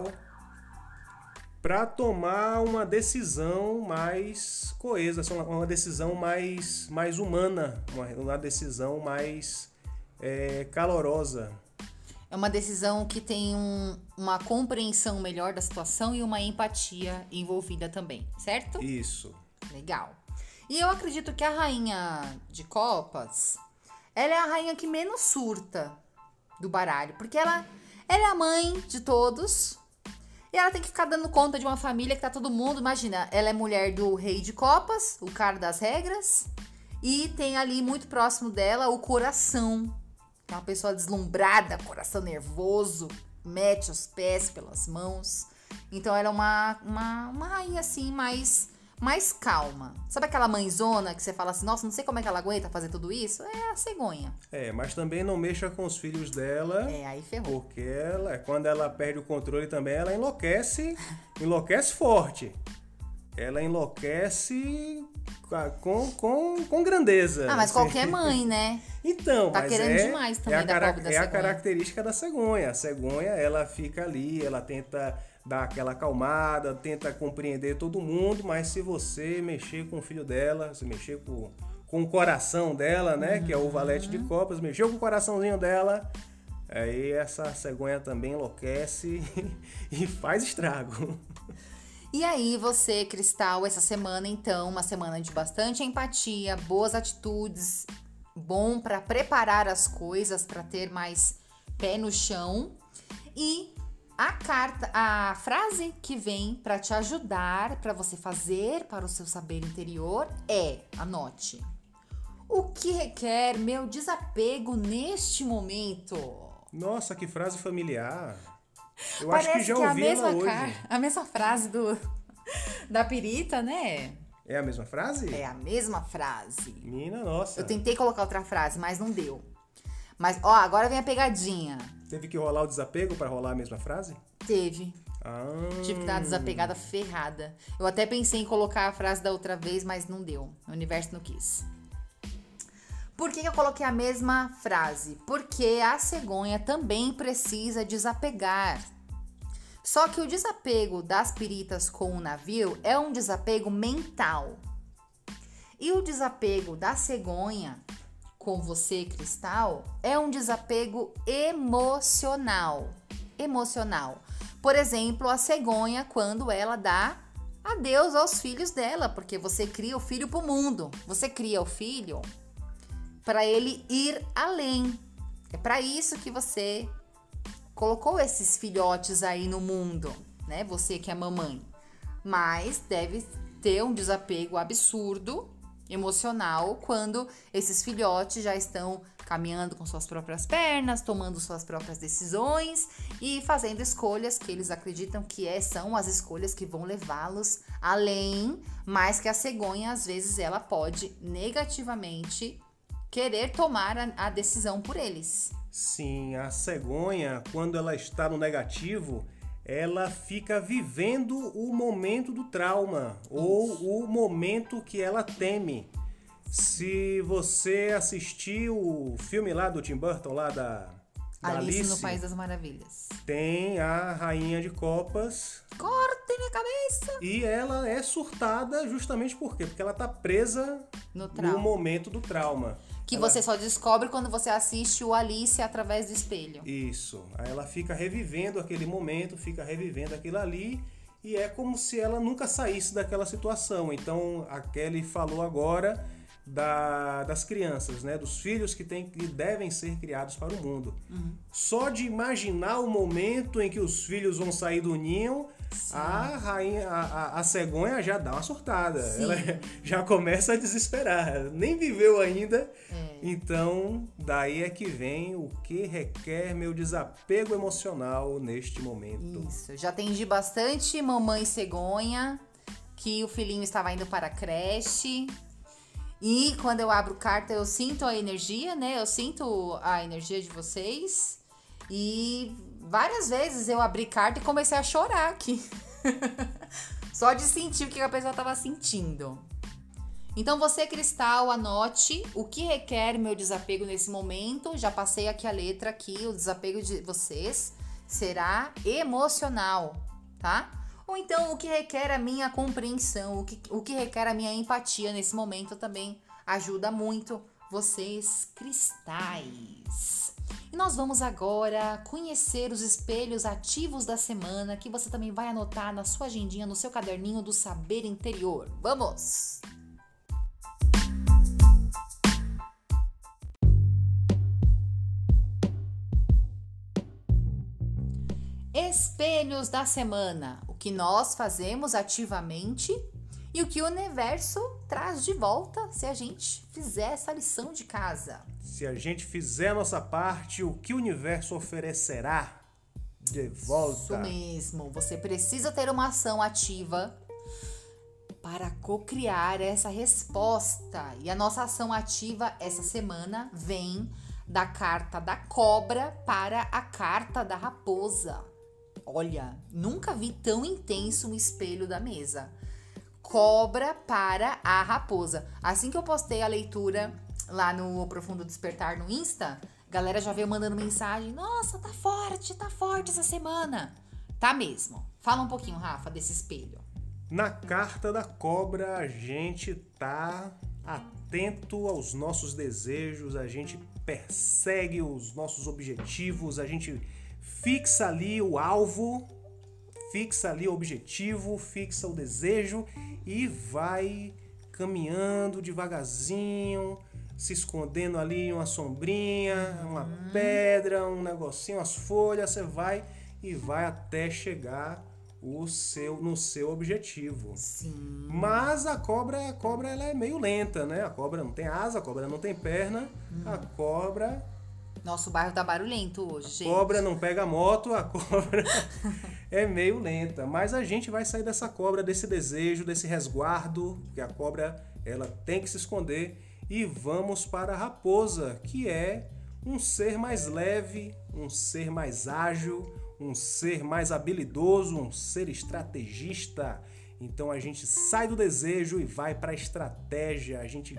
para tomar uma decisão mais coesa, uma decisão mais, mais humana, uma, uma decisão mais é, calorosa. É uma decisão que tem um, uma compreensão melhor da situação e uma empatia envolvida também, certo? Isso. Legal. E eu acredito que a rainha de copas, ela é a rainha que menos surta do baralho, porque ela, ela é a mãe de todos. E ela tem que ficar dando conta de uma família que tá todo mundo... Imagina, ela é mulher do rei de copas, o cara das regras. E tem ali muito próximo dela o coração. Que é uma pessoa deslumbrada, coração nervoso. Mete os pés pelas mãos. Então ela é uma, uma, uma rainha assim, mais, mais calma. Sabe aquela mãezona que você fala assim... Nossa, não sei como é que ela aguenta fazer tudo isso? É a cegonha. É, mas também não mexa com os filhos dela. É, aí ferrou. Porque ela, quando ela perde o controle também, ela enlouquece, enlouquece forte. Ela enlouquece com, com, com grandeza. Ah, mas assim. Qualquer mãe, né? Então, tá mas querendo é, demais também é a, da cara, pobre da é a cegonha. característica da cegonha. A cegonha, ela fica ali, ela tenta dar aquela acalmada, tenta compreender todo mundo, mas se você mexer com o filho dela, se mexer com, com o coração dela, né, uhum. que é o valete de copas, mexeu com o coraçãozinho dela, aí essa cegonha também enlouquece e faz estrago. E aí você, Cristal, essa semana então, uma semana de bastante empatia, boas atitudes, bom para preparar as coisas, para ter mais pé no chão. E a carta, a frase que vem para te ajudar, para você fazer para o seu saber interior é, anote: o que requer meu desapego neste momento? Nossa, que frase familiar. Eu Parece acho que já que é a ouvi mesma ela hoje. car- a mesma frase do da pirita, né? É a mesma frase? É a mesma frase. Mina, nossa. Eu tentei colocar outra frase, mas não deu. Mas, ó, agora vem a pegadinha. Teve que rolar o desapego para rolar a mesma frase? Teve. Ah. Tive que dar uma desapegada ferrada. Eu até pensei em colocar a frase da outra vez, mas não deu. O universo não quis. Por que eu coloquei a mesma frase? Porque a cegonha também precisa desapegar. Só que o desapego das piritas com o navio é um desapego mental. E o desapego da cegonha com você, Cristal, é um desapego emocional. Emocional. Por exemplo, a cegonha quando ela dá adeus aos filhos dela, porque você cria o filho pro mundo. Você cria o filho para ele ir além. É para isso que você colocou esses filhotes aí no mundo, né? Você que é mamãe. Mas deve ter um desapego absurdo emocional quando esses filhotes já estão caminhando com suas próprias pernas, tomando suas próprias decisões e fazendo escolhas que eles acreditam que é, são as escolhas que vão levá-los além, mas que a cegonha, às vezes, ela pode negativamente querer tomar a, a decisão por eles. Sim, a cegonha, quando ela está no negativo, ela fica vivendo o momento do trauma ou o momento que ela teme. Se você assistiu o filme lá do Tim Burton, lá da, da Alice, Alice no País das Maravilhas. Tem a Rainha de Copas. Cortem minha cabeça! E ela é surtada justamente por quê? Porque ela tá presa no, trauma. no momento do trauma. Que ela... você só descobre quando você assiste o Alice através do espelho. Isso. Aí ela fica revivendo aquele momento, fica revivendo aquilo ali, e é como se ela nunca saísse daquela situação. Então, a Kelly falou agora da, das crianças, né? Dos filhos que, tem, que devem ser criados para o mundo. Uhum. Só de imaginar o momento em que os filhos vão sair do ninho, a rainha, a, a, a cegonha já dá uma surtada. Sim. Ela já começa a desesperar. Nem viveu ainda. É. Então, daí é que vem o que requer meu desapego emocional neste momento. Isso. Eu já atendi bastante mamãe cegonha, que o filhinho estava indo para a creche. E quando eu abro carta, eu sinto a energia, né? Eu sinto a energia de vocês. E várias vezes eu abri carta e comecei a chorar aqui. Só de sentir o que a pessoa estava sentindo. Então você, Cristal, anote o que requer meu desapego nesse momento. Já passei aqui a letra aqui, o desapego de vocês será emocional, tá? Ou então o que requer a minha compreensão, o que, o que requer a minha empatia nesse momento também ajuda muito vocês, cristais. E nós vamos agora conhecer os espelhos ativos da semana, que você também vai anotar na sua agendinha, no seu caderninho do saber interior. Vamos! Espelhos da semana, o que nós fazemos ativamente e o que o universo traz de volta se a gente fizer essa lição de casa. Se a gente fizer a nossa parte, o que o universo oferecerá de volta. Isso mesmo, você precisa ter uma ação ativa para cocriar essa resposta. E a nossa ação ativa essa semana vem da carta da cobra para a carta da raposa. Olha, nunca vi tão intenso um espelho da mesa. Cobra para a raposa. Assim que eu postei a leitura lá no Profundo Despertar no Insta, a galera já veio mandando mensagem. Nossa, tá forte, tá forte essa semana. Tá mesmo. Fala um pouquinho, Rafa, desse espelho. Na carta da cobra, a gente tá atento aos nossos desejos, a gente persegue os nossos objetivos, a gente fixa ali o alvo, fixa ali o objetivo, fixa o desejo e vai caminhando devagarzinho, se escondendo ali em uma sombrinha, uma uhum. pedra, um negocinho, as folhas, você vai e vai até chegar o seu, no seu objetivo. Sim. Mas a cobra, a cobra ela é meio lenta, né? A cobra não tem asa, a cobra não tem perna, hum. a cobra... Nosso bairro tá barulhento hoje, gente. A cobra não pega moto, a cobra é meio lenta. Mas a gente vai sair dessa cobra, desse desejo, desse resguardo, que a cobra ela tem que se esconder. E vamos para a raposa, que é um ser mais leve, um ser mais ágil, um ser mais habilidoso, um ser estrategista. Então a gente sai do desejo e vai para a estratégia. A gente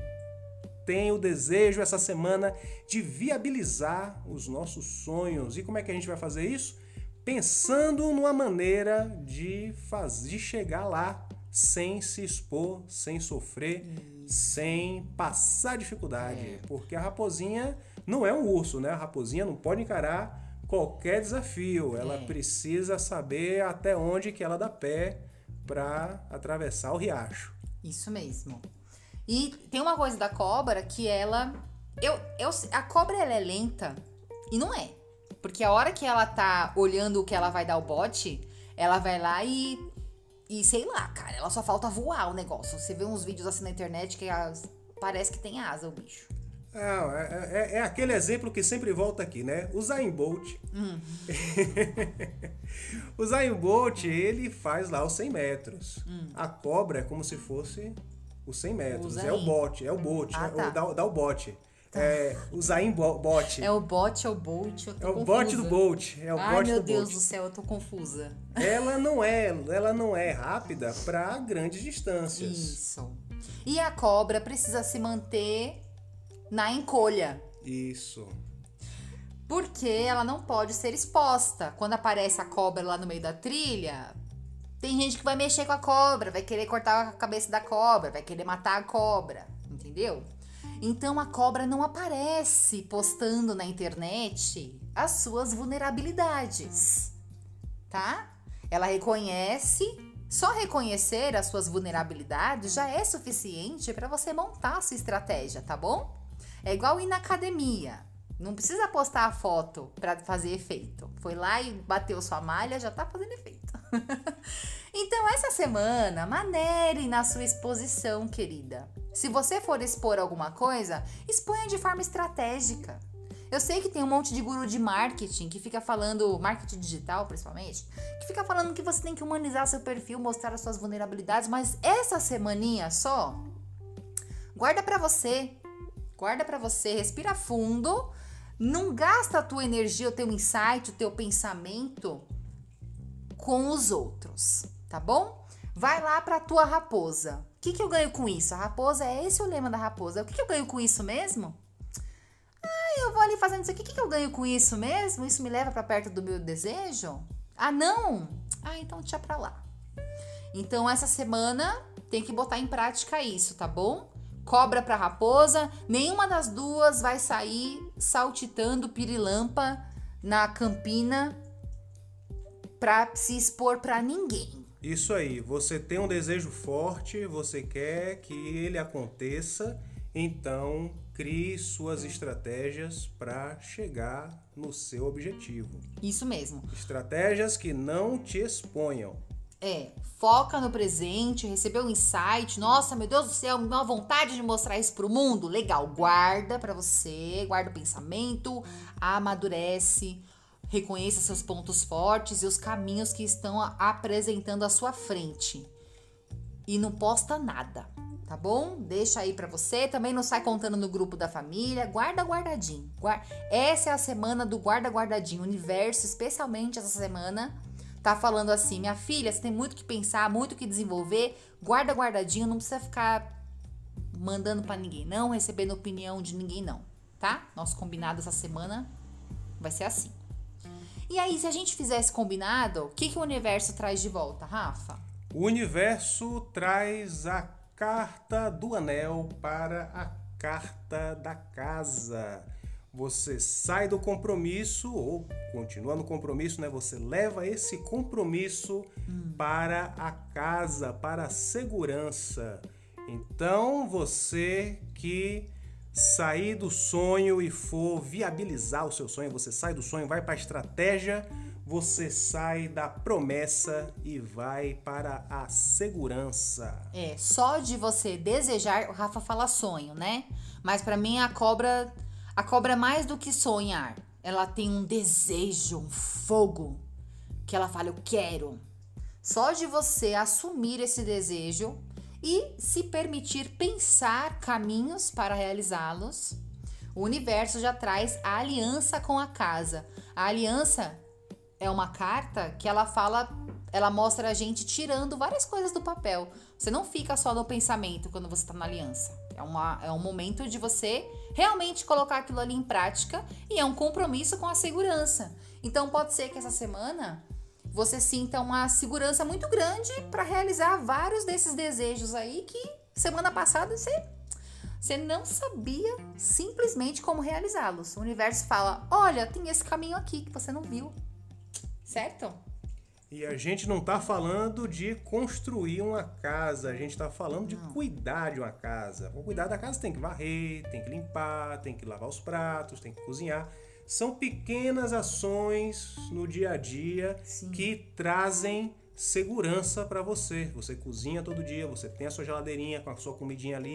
tem o desejo essa semana de viabilizar os nossos sonhos. E como é que a gente vai fazer isso? Pensando numa maneira de, fazer, de chegar lá sem se expor, sem sofrer, isso. sem passar dificuldade. É. Porque a raposinha não é um urso, né? A raposinha não pode encarar qualquer desafio. Ela é. precisa saber até onde que ela dá pé para atravessar o riacho. Isso mesmo. E tem uma coisa da cobra que ela... Eu, eu, a cobra ela é lenta e não é. Porque a hora que ela tá olhando o que ela vai dar o bote, ela vai lá e... E sei lá, cara, ela só falta voar o negócio. Você vê uns vídeos assim na internet que as, parece que tem asa o bicho. Não, é, é, é aquele exemplo que sempre volta aqui, né? O Usain Bolt. Hum. O Usain Bolt, ele faz lá os cem metros. Hum. A cobra é como se fosse os cem metros. O é o bote, é o bote, ah, é, tá. dá, dá o bote. Tá. É o Usain Bolt. É o bote, é o Bolt, eu tô É o bote do Bolt. É o Ai, bote meu do Deus Bolt. do céu, eu tô confusa. Ela não é, ela não é rápida para grandes distâncias. Isso. E a cobra precisa se manter na encolha. Isso. Porque ela não pode ser exposta. Quando aparece a cobra lá no meio da trilha, tem gente que vai mexer com a cobra, vai querer cortar a cabeça da cobra, vai querer matar a cobra, entendeu? Então a cobra não aparece postando na internet as suas vulnerabilidades, tá? Ela reconhece, só reconhecer as suas vulnerabilidades já é suficiente para você montar a sua estratégia, tá bom? É igual ir na academia. Não precisa postar a foto para fazer efeito. Foi lá e bateu sua malha, já tá fazendo efeito. Então, essa semana, maneire na sua exposição, querida. Se você for expor alguma coisa, exponha de forma estratégica. Eu sei que tem um monte de guru de marketing que fica falando, marketing digital principalmente, que fica falando que você tem que humanizar seu perfil, mostrar as suas vulnerabilidades, mas essa semaninha só, guarda pra você. Guarda pra você, respira fundo, não gasta a tua energia, o teu insight, o teu pensamento com os outros, tá bom? Vai lá pra tua raposa. O que que eu ganho com isso? A raposa, é esse o lema da raposa. O que que eu ganho com isso mesmo? Ah, eu vou ali fazendo isso aqui. O que que eu ganho com isso mesmo? Isso me leva pra perto do meu desejo? Ah, não? Ah, então deixa pra lá. Então, essa semana tem que botar em prática isso, tá bom? Cobra pra raposa, nenhuma das duas vai sair saltitando pirilampa na campina pra se expor pra ninguém. Isso aí, você tem um desejo forte, você quer que ele aconteça, então crie suas estratégias para chegar no seu objetivo. Isso mesmo. Estratégias que não te exponham. É, foca no presente, recebeu um insight, nossa, meu Deus do céu, uma vontade de mostrar isso pro mundo, legal, guarda pra você, guarda o pensamento, amadurece, reconheça seus pontos fortes e os caminhos que estão apresentando à sua frente. E não posta nada, tá bom? Deixa aí pra você, também não sai contando no grupo da família, guarda guardadinho. Guarda. Essa é a semana do guarda guardadinho, o universo, especialmente essa semana, tá falando assim, minha filha, você tem muito que pensar, muito que desenvolver, guarda guardadinho, não precisa ficar mandando pra ninguém não, recebendo opinião de ninguém não, tá? Nosso combinado essa semana vai ser assim. E aí, se a gente fizer esse combinado, o que, que o universo traz de volta, Rafa? O universo traz a carta do anel para a carta da casa. Você sai do compromisso, ou continua no compromisso, né? Você leva esse compromisso hum. para a casa, para a segurança. Então, você que sair do sonho e for viabilizar o seu sonho, você sai do sonho, vai para a estratégia, você sai da promessa e vai para a segurança. É, só de você desejar, o Rafa fala sonho, né? Mas para mim a cobra, a cobra é mais do que sonhar. Ela tem um desejo, um fogo, que ela fala, eu quero. Só de você assumir esse desejo e se permitir pensar caminhos para realizá-los, o universo já traz a aliança com a casa. A aliança é uma carta que ela fala, ela mostra a gente tirando várias coisas do papel. Você não fica só no pensamento quando você está na aliança. É, uma, é um momento de você realmente colocar aquilo ali em prática e é um compromisso com a segurança. Então pode ser que essa semana você sinta uma segurança muito grande para realizar vários desses desejos aí que semana passada você, você não sabia simplesmente como realizá-los. O universo fala, olha, tem esse caminho aqui que você não viu, certo? E a gente não tá falando de construir uma casa, a gente tá falando de não. cuidar de uma casa. Para cuidar da casa tem que varrer, tem que limpar, tem que lavar os pratos, tem que cozinhar. São pequenas ações no dia a dia Sim. que trazem segurança para você. Você cozinha todo dia, você tem a sua geladeirinha com a sua comidinha ali,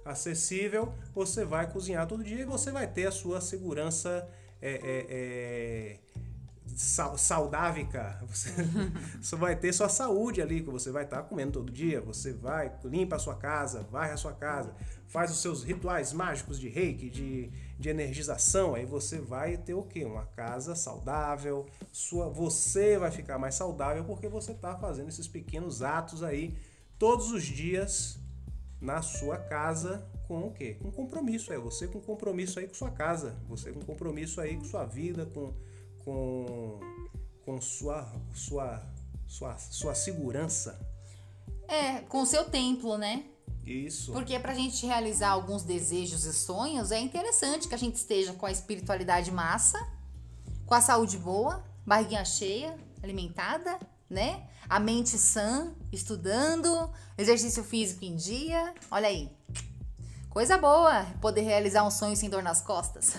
acessível, você vai cozinhar todo dia e você vai ter a sua segurança é, é, é, saudávica. Você, você vai ter sua saúde ali, que você vai estar comendo todo dia. Você vai, limpa a sua casa, varre a sua casa, faz os seus rituais mágicos de reiki, de, de energização. Aí você vai ter o quê? Uma casa saudável. Sua, você vai ficar mais saudável porque você está fazendo esses pequenos atos aí todos os dias na sua casa com o quê? Com compromisso. É você com compromisso aí com sua casa. Você com compromisso aí com sua vida, com, com, com sua, sua, sua, sua segurança. É, com o seu templo, né? Isso. Porque pra gente realizar alguns desejos e sonhos, é interessante que a gente esteja com a espiritualidade massa, com a saúde boa, barriguinha cheia, alimentada, né? A mente sã, estudando, exercício físico em dia. Olha aí. Coisa boa poder realizar um sonho sem dor nas costas.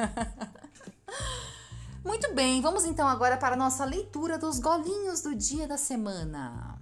Muito bem, vamos então agora para a nossa leitura dos golinhos do dia da semana.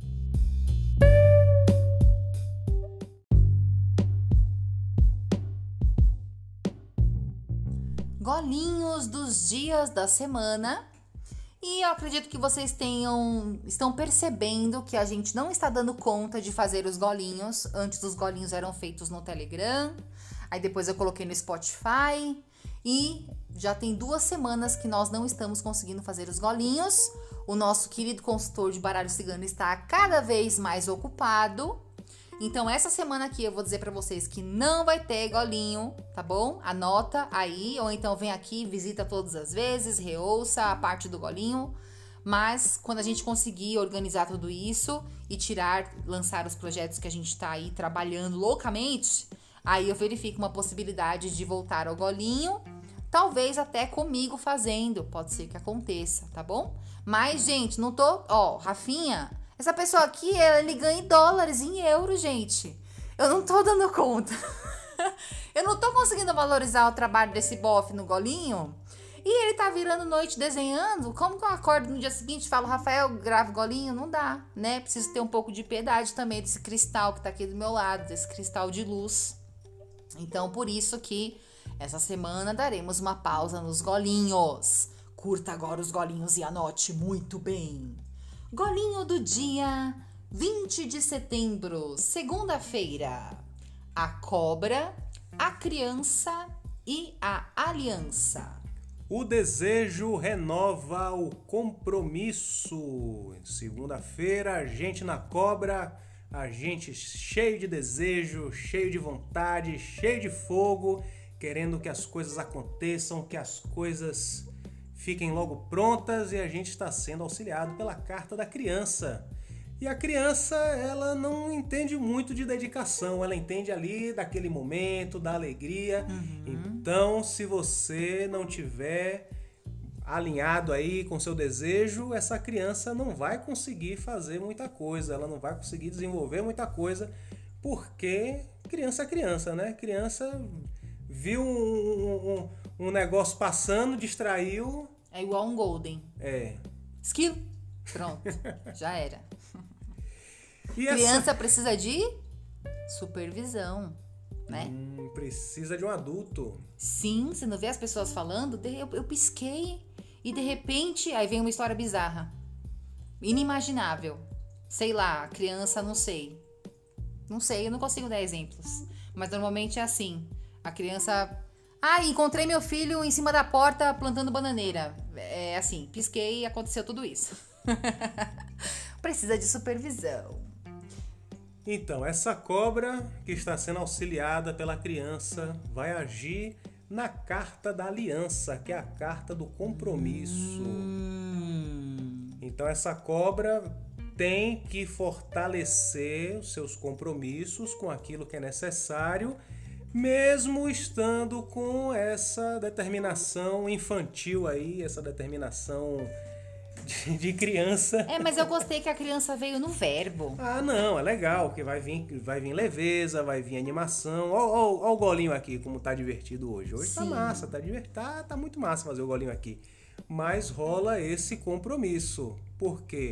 Golinhos dos dias da semana. E eu acredito que vocês tenham, estão percebendo que a gente não está dando conta de fazer os golinhos. Antes os golinhos eram feitos no Telegram, aí depois eu coloquei no Spotify e já tem duas semanas que nós não estamos conseguindo fazer os golinhos. O nosso querido consultor de baralho cigano está cada vez mais ocupado. Então, essa semana aqui eu vou dizer pra vocês que não vai ter golinho, tá bom? Anota aí, ou então vem aqui, visita todas as vezes, reouça a parte do golinho. Mas, quando a gente conseguir organizar tudo isso e tirar, lançar os projetos que a gente tá aí trabalhando loucamente, aí eu verifico uma possibilidade de voltar ao golinho, talvez até comigo fazendo, pode ser que aconteça, tá bom? Mas, gente, não tô... Ó, Rafinha... Essa pessoa aqui, ele ganha em dólares, em euros, gente. Eu não tô dando conta. Eu não tô conseguindo valorizar o trabalho desse bofe no golinho. E ele tá virando noite desenhando. Como que eu acordo no dia seguinte e falo, Rafael, gravo golinho? Não dá, né? Preciso ter um pouco de piedade também desse cristal que tá aqui do meu lado, desse cristal de luz. Então, por isso que essa semana daremos uma pausa nos golinhos. Curta agora os golinhos e anote muito bem. Golinho do dia vinte de setembro, segunda-feira. A cobra, a criança e a aliança. O desejo renova o compromisso. Segunda-feira, a gente na cobra, a gente cheio de desejo, cheio de vontade, cheio de fogo, querendo que as coisas aconteçam, que as coisas fiquem logo prontas, e a gente está sendo auxiliado pela carta da criança. E a criança, ela não entende muito de dedicação, ela entende ali daquele momento, da alegria. Uhum. Então, se você não tiver alinhado aí com seu desejo, essa criança não vai conseguir fazer muita coisa, ela não vai conseguir desenvolver muita coisa, porque criança é criança, né? Criança viu um, um, um negócio passando, distraiu. É igual um golden. É. Skill. Pronto, já era. E criança essa... precisa de supervisão, né? Hum, precisa de um adulto. Sim, você não vê as pessoas falando? Eu, eu pisquei e de repente aí vem uma história bizarra. Inimaginável. Sei lá, criança, não sei. Não sei, eu não consigo dar exemplos. Mas normalmente é assim. A criança... Ah, encontrei meu filho em cima da porta plantando bananeira. É assim, pisquei e aconteceu tudo isso. Precisa de supervisão. Então, essa cobra que está sendo auxiliada pela criança vai agir na carta da aliança, que é a carta do compromisso. Hum. Então, essa cobra tem que fortalecer os seus compromissos com aquilo que é necessário, mesmo estando com essa determinação infantil aí, essa determinação de, de criança. É, mas eu gostei que a criança veio no verbo. Ah, não, é legal, que vai vir, vai vir leveza, vai vir animação. Ó, ó, ó o golinho aqui, como tá divertido hoje. Hoje Sim. tá massa, tá divertido, tá, tá muito massa fazer o golinho aqui. Mas rola esse compromisso. Por quê?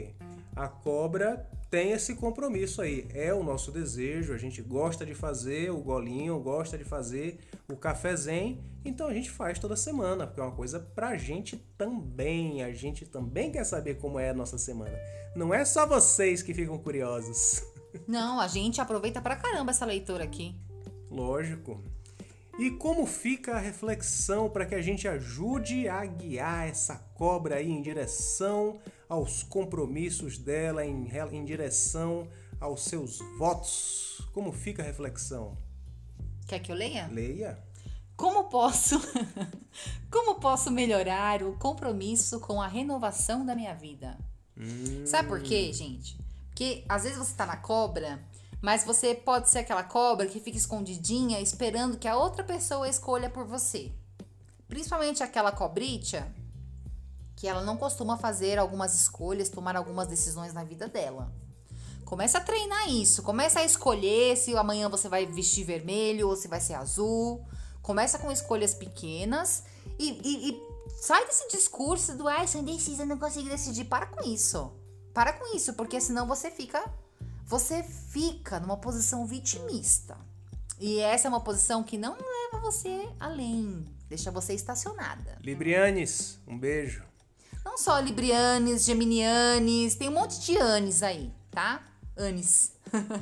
A cobra tem esse compromisso aí. É o nosso desejo, a gente gosta de fazer o golinho, gosta de fazer o cafezinho, então a gente faz toda semana, porque é uma coisa pra gente também. A gente também quer saber como é a nossa semana. Não é só vocês que ficam curiosos. Não, a gente aproveita pra caramba essa leitura aqui. Lógico. E como fica a reflexão para que a gente ajude a guiar essa cobra aí em direção aos compromissos dela, em, em direção aos seus votos? Como fica a reflexão? Quer que eu leia? Leia. Como posso, como posso melhorar o compromisso com a renovação da minha vida? Hum. Sabe por quê, gente? Porque às vezes você tá na cobra, mas você pode ser aquela cobra que fica escondidinha esperando que a outra pessoa escolha por você. Principalmente aquela cobricha que ela não costuma fazer algumas escolhas, tomar algumas decisões na vida dela. Começa a treinar isso, começa a escolher se amanhã você vai vestir vermelho ou se vai ser azul. Começa com escolhas pequenas e, e, e sai desse discurso do ai, sou indecisa, não consigo decidir. Para com isso. Para com isso, porque senão você fica... Você fica numa posição vitimista. E essa é uma posição que não leva você além. Deixa você estacionada. Librianes, um beijo. Não só Librianes, Geminianes, tem um monte de Anes aí, tá? Anes.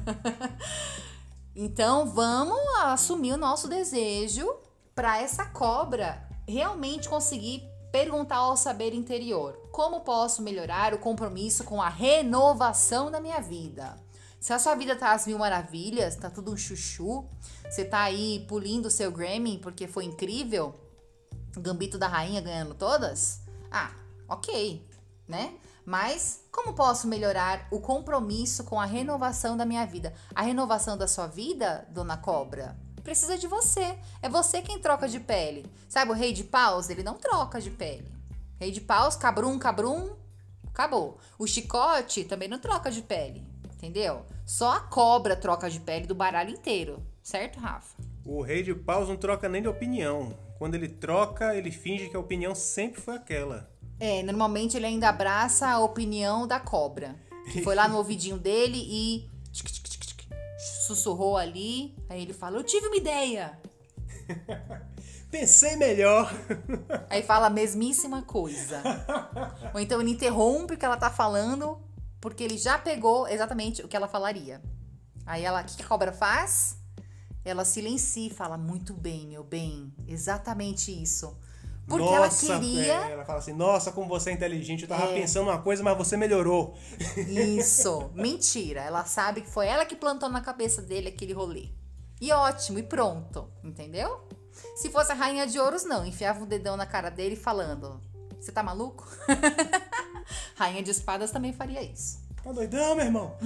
Então, vamos assumir o nosso desejo para essa cobra realmente conseguir perguntar ao saber interior. Como posso melhorar o compromisso com a renovação da minha vida? Se a sua vida tá às mil maravilhas, tá tudo um chuchu, você tá aí pulindo o seu Grammy porque foi incrível, Gambito da Rainha ganhando todas, ah, ok, né? Mas como posso melhorar o compromisso com a renovação da minha vida? A renovação da sua vida, dona Cobra, precisa de você. É você quem troca de pele. Sabe o rei de paus? Ele não troca de pele. Rei de paus, cabrum, cabrum, acabou. O chicote também não troca de pele. Entendeu? Só a cobra troca de pele do baralho inteiro. Certo, Rafa? O rei de paus não troca nem de opinião. Quando ele troca, ele finge que a opinião sempre foi aquela. É, normalmente ele ainda abraça a opinião da cobra. Que foi lá no ouvidinho dele e sussurrou ali. Aí ele fala, eu tive uma ideia. Pensei melhor. Aí fala a mesmíssima coisa. Ou então ele interrompe o que ela tá falando, porque ele já pegou exatamente o que ela falaria. Aí ela, o que a cobra faz? Ela silencia e fala, muito bem, meu bem, exatamente isso. Porque nossa, ela queria... É, ela fala assim, nossa, como você é inteligente, eu tava é. pensando uma coisa, mas você melhorou. Isso, mentira. Ela sabe que foi ela que plantou na cabeça dele aquele rolê. E ótimo, e pronto, entendeu? Se fosse a rainha de ouros, não. Enfiava o dedão na cara dele falando, você tá maluco? Rainha de espadas também faria isso. Tá doidão, meu irmão?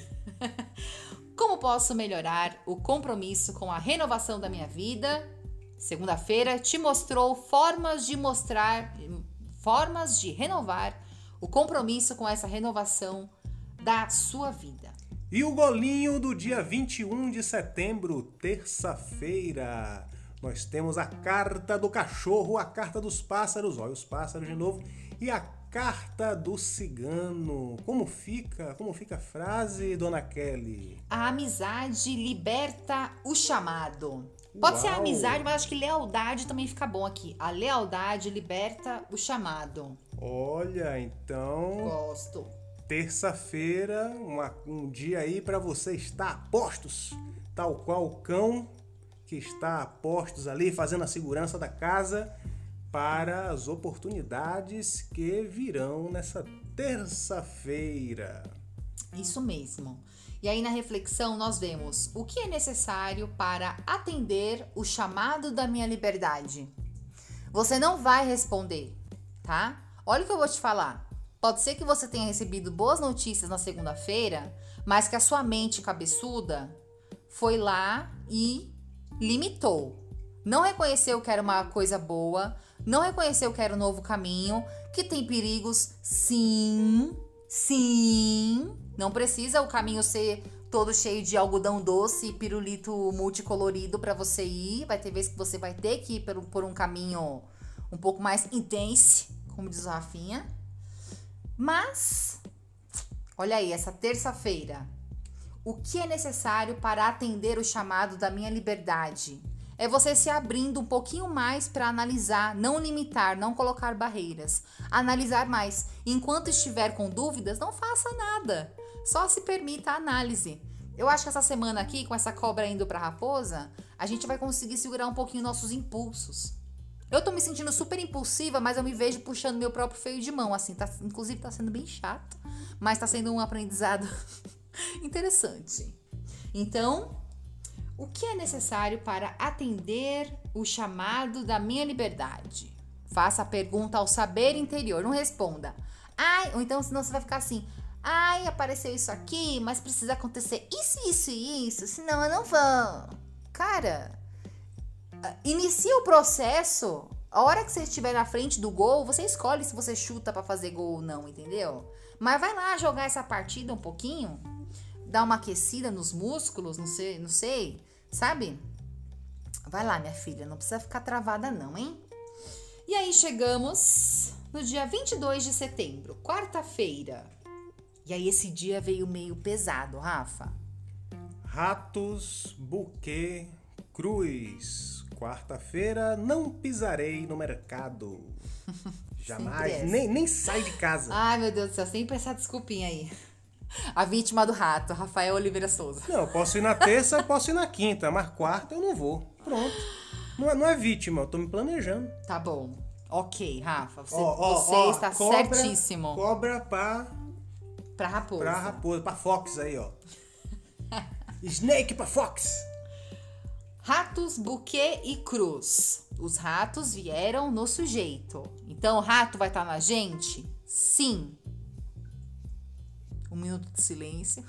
Como posso melhorar o compromisso com a renovação da minha vida? Segunda-feira te mostrou formas de mostrar, formas de renovar o compromisso com essa renovação da sua vida. E o golinho do dia vinte e um de setembro, terça-feira. Nós temos a carta do cachorro, a carta dos pássaros, olha os pássaros de novo, e a carta do cigano. Como fica? Como fica a frase, dona Kelly? A amizade liberta o chamado. Pode Uau. ser a amizade, mas acho que lealdade também fica bom aqui. A lealdade liberta o chamado. Olha, então... Gosto. Terça-feira, uma, um dia aí para você estar a postos, tal qual o cão que está a postos ali, fazendo a segurança da casa para as oportunidades que virão nessa terça-feira. Isso mesmo. E aí na reflexão nós vemos o que é necessário para atender o chamado da minha liberdade. Você não vai responder, tá? Olha o que eu vou te falar. Pode ser que você tenha recebido boas notícias na segunda-feira, mas que a sua mente cabeçuda foi lá e limitou. Não reconheceu que era uma coisa boa, não reconheceu que era um novo caminho, que tem perigos, sim, sim. Não precisa o caminho ser todo cheio de algodão doce e pirulito multicolorido para você ir. Vai ter vezes que você vai ter que ir por, por um caminho um pouco mais intenso, como diz o Rafinha. Mas Olha aí, essa terça-feira. O que é necessário para atender o chamado da minha liberdade? É você se abrindo um pouquinho mais para analisar, não limitar, não colocar barreiras. Analisar mais. Enquanto estiver com dúvidas, não faça nada. Só se permita a análise. Eu acho que essa semana aqui, com essa cobra indo para a raposa, a gente vai conseguir segurar um pouquinho nossos impulsos. Eu tô me sentindo super impulsiva, mas eu me vejo puxando meu próprio freio de mão, assim. Tá, inclusive tá sendo bem chato, mas tá sendo um aprendizado interessante. Então, o que é necessário para atender o chamado da minha liberdade? Faça a pergunta ao saber interior, não responda. Ai, ou então senão você vai ficar assim, ai, apareceu isso aqui, mas precisa acontecer isso, isso e isso, senão eu não vou. Cara, inicia o processo. A hora que você estiver na frente do gol, você escolhe se você chuta pra fazer gol ou não, entendeu? Mas vai lá jogar essa partida um pouquinho, dar uma aquecida nos músculos, não sei, não sei, sabe? Vai lá, minha filha, não precisa ficar travada não, hein? E aí chegamos no dia vinte e dois de setembro, quarta-feira. E aí esse dia veio meio pesado, Rafa. Ratos, buquê, cruz. Quarta-feira não pisarei no mercado. Jamais, nem, nem sai de casa. Ai, meu Deus do céu, sempre essa desculpinha aí. A vítima do rato, Rafael Oliveira Souza. Não, posso ir na terça, posso ir na quinta, mas quarta eu não vou. Pronto. Não é, não é vítima, eu tô me planejando. Tá bom. Ok, Rafa, você, ó, ó, você ó, está cobra, certíssimo. Cobra pra... Pra raposa. Pra raposa, pra Fox aí, ó. Snake pra Fox. Ratos, buquê e cruz. Os ratos vieram no sujeito. Então o rato vai estar na gente? Sim. Um minuto de silêncio.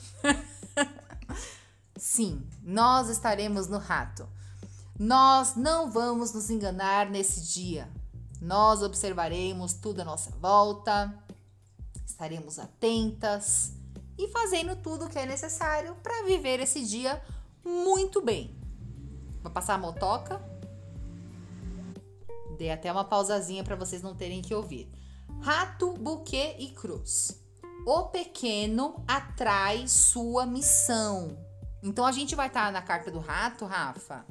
Sim, nós estaremos no rato. Nós não vamos nos enganar nesse dia. Nós observaremos tudo à nossa volta. Estaremos atentas e fazendo tudo o que é necessário para viver esse dia muito bem. Vou passar a motoca. Dei até uma pausazinha para vocês não terem que ouvir. Rato, buquê e cruz. O pequeno atrai sua missão. Então a gente vai estar na carta do rato, Rafa,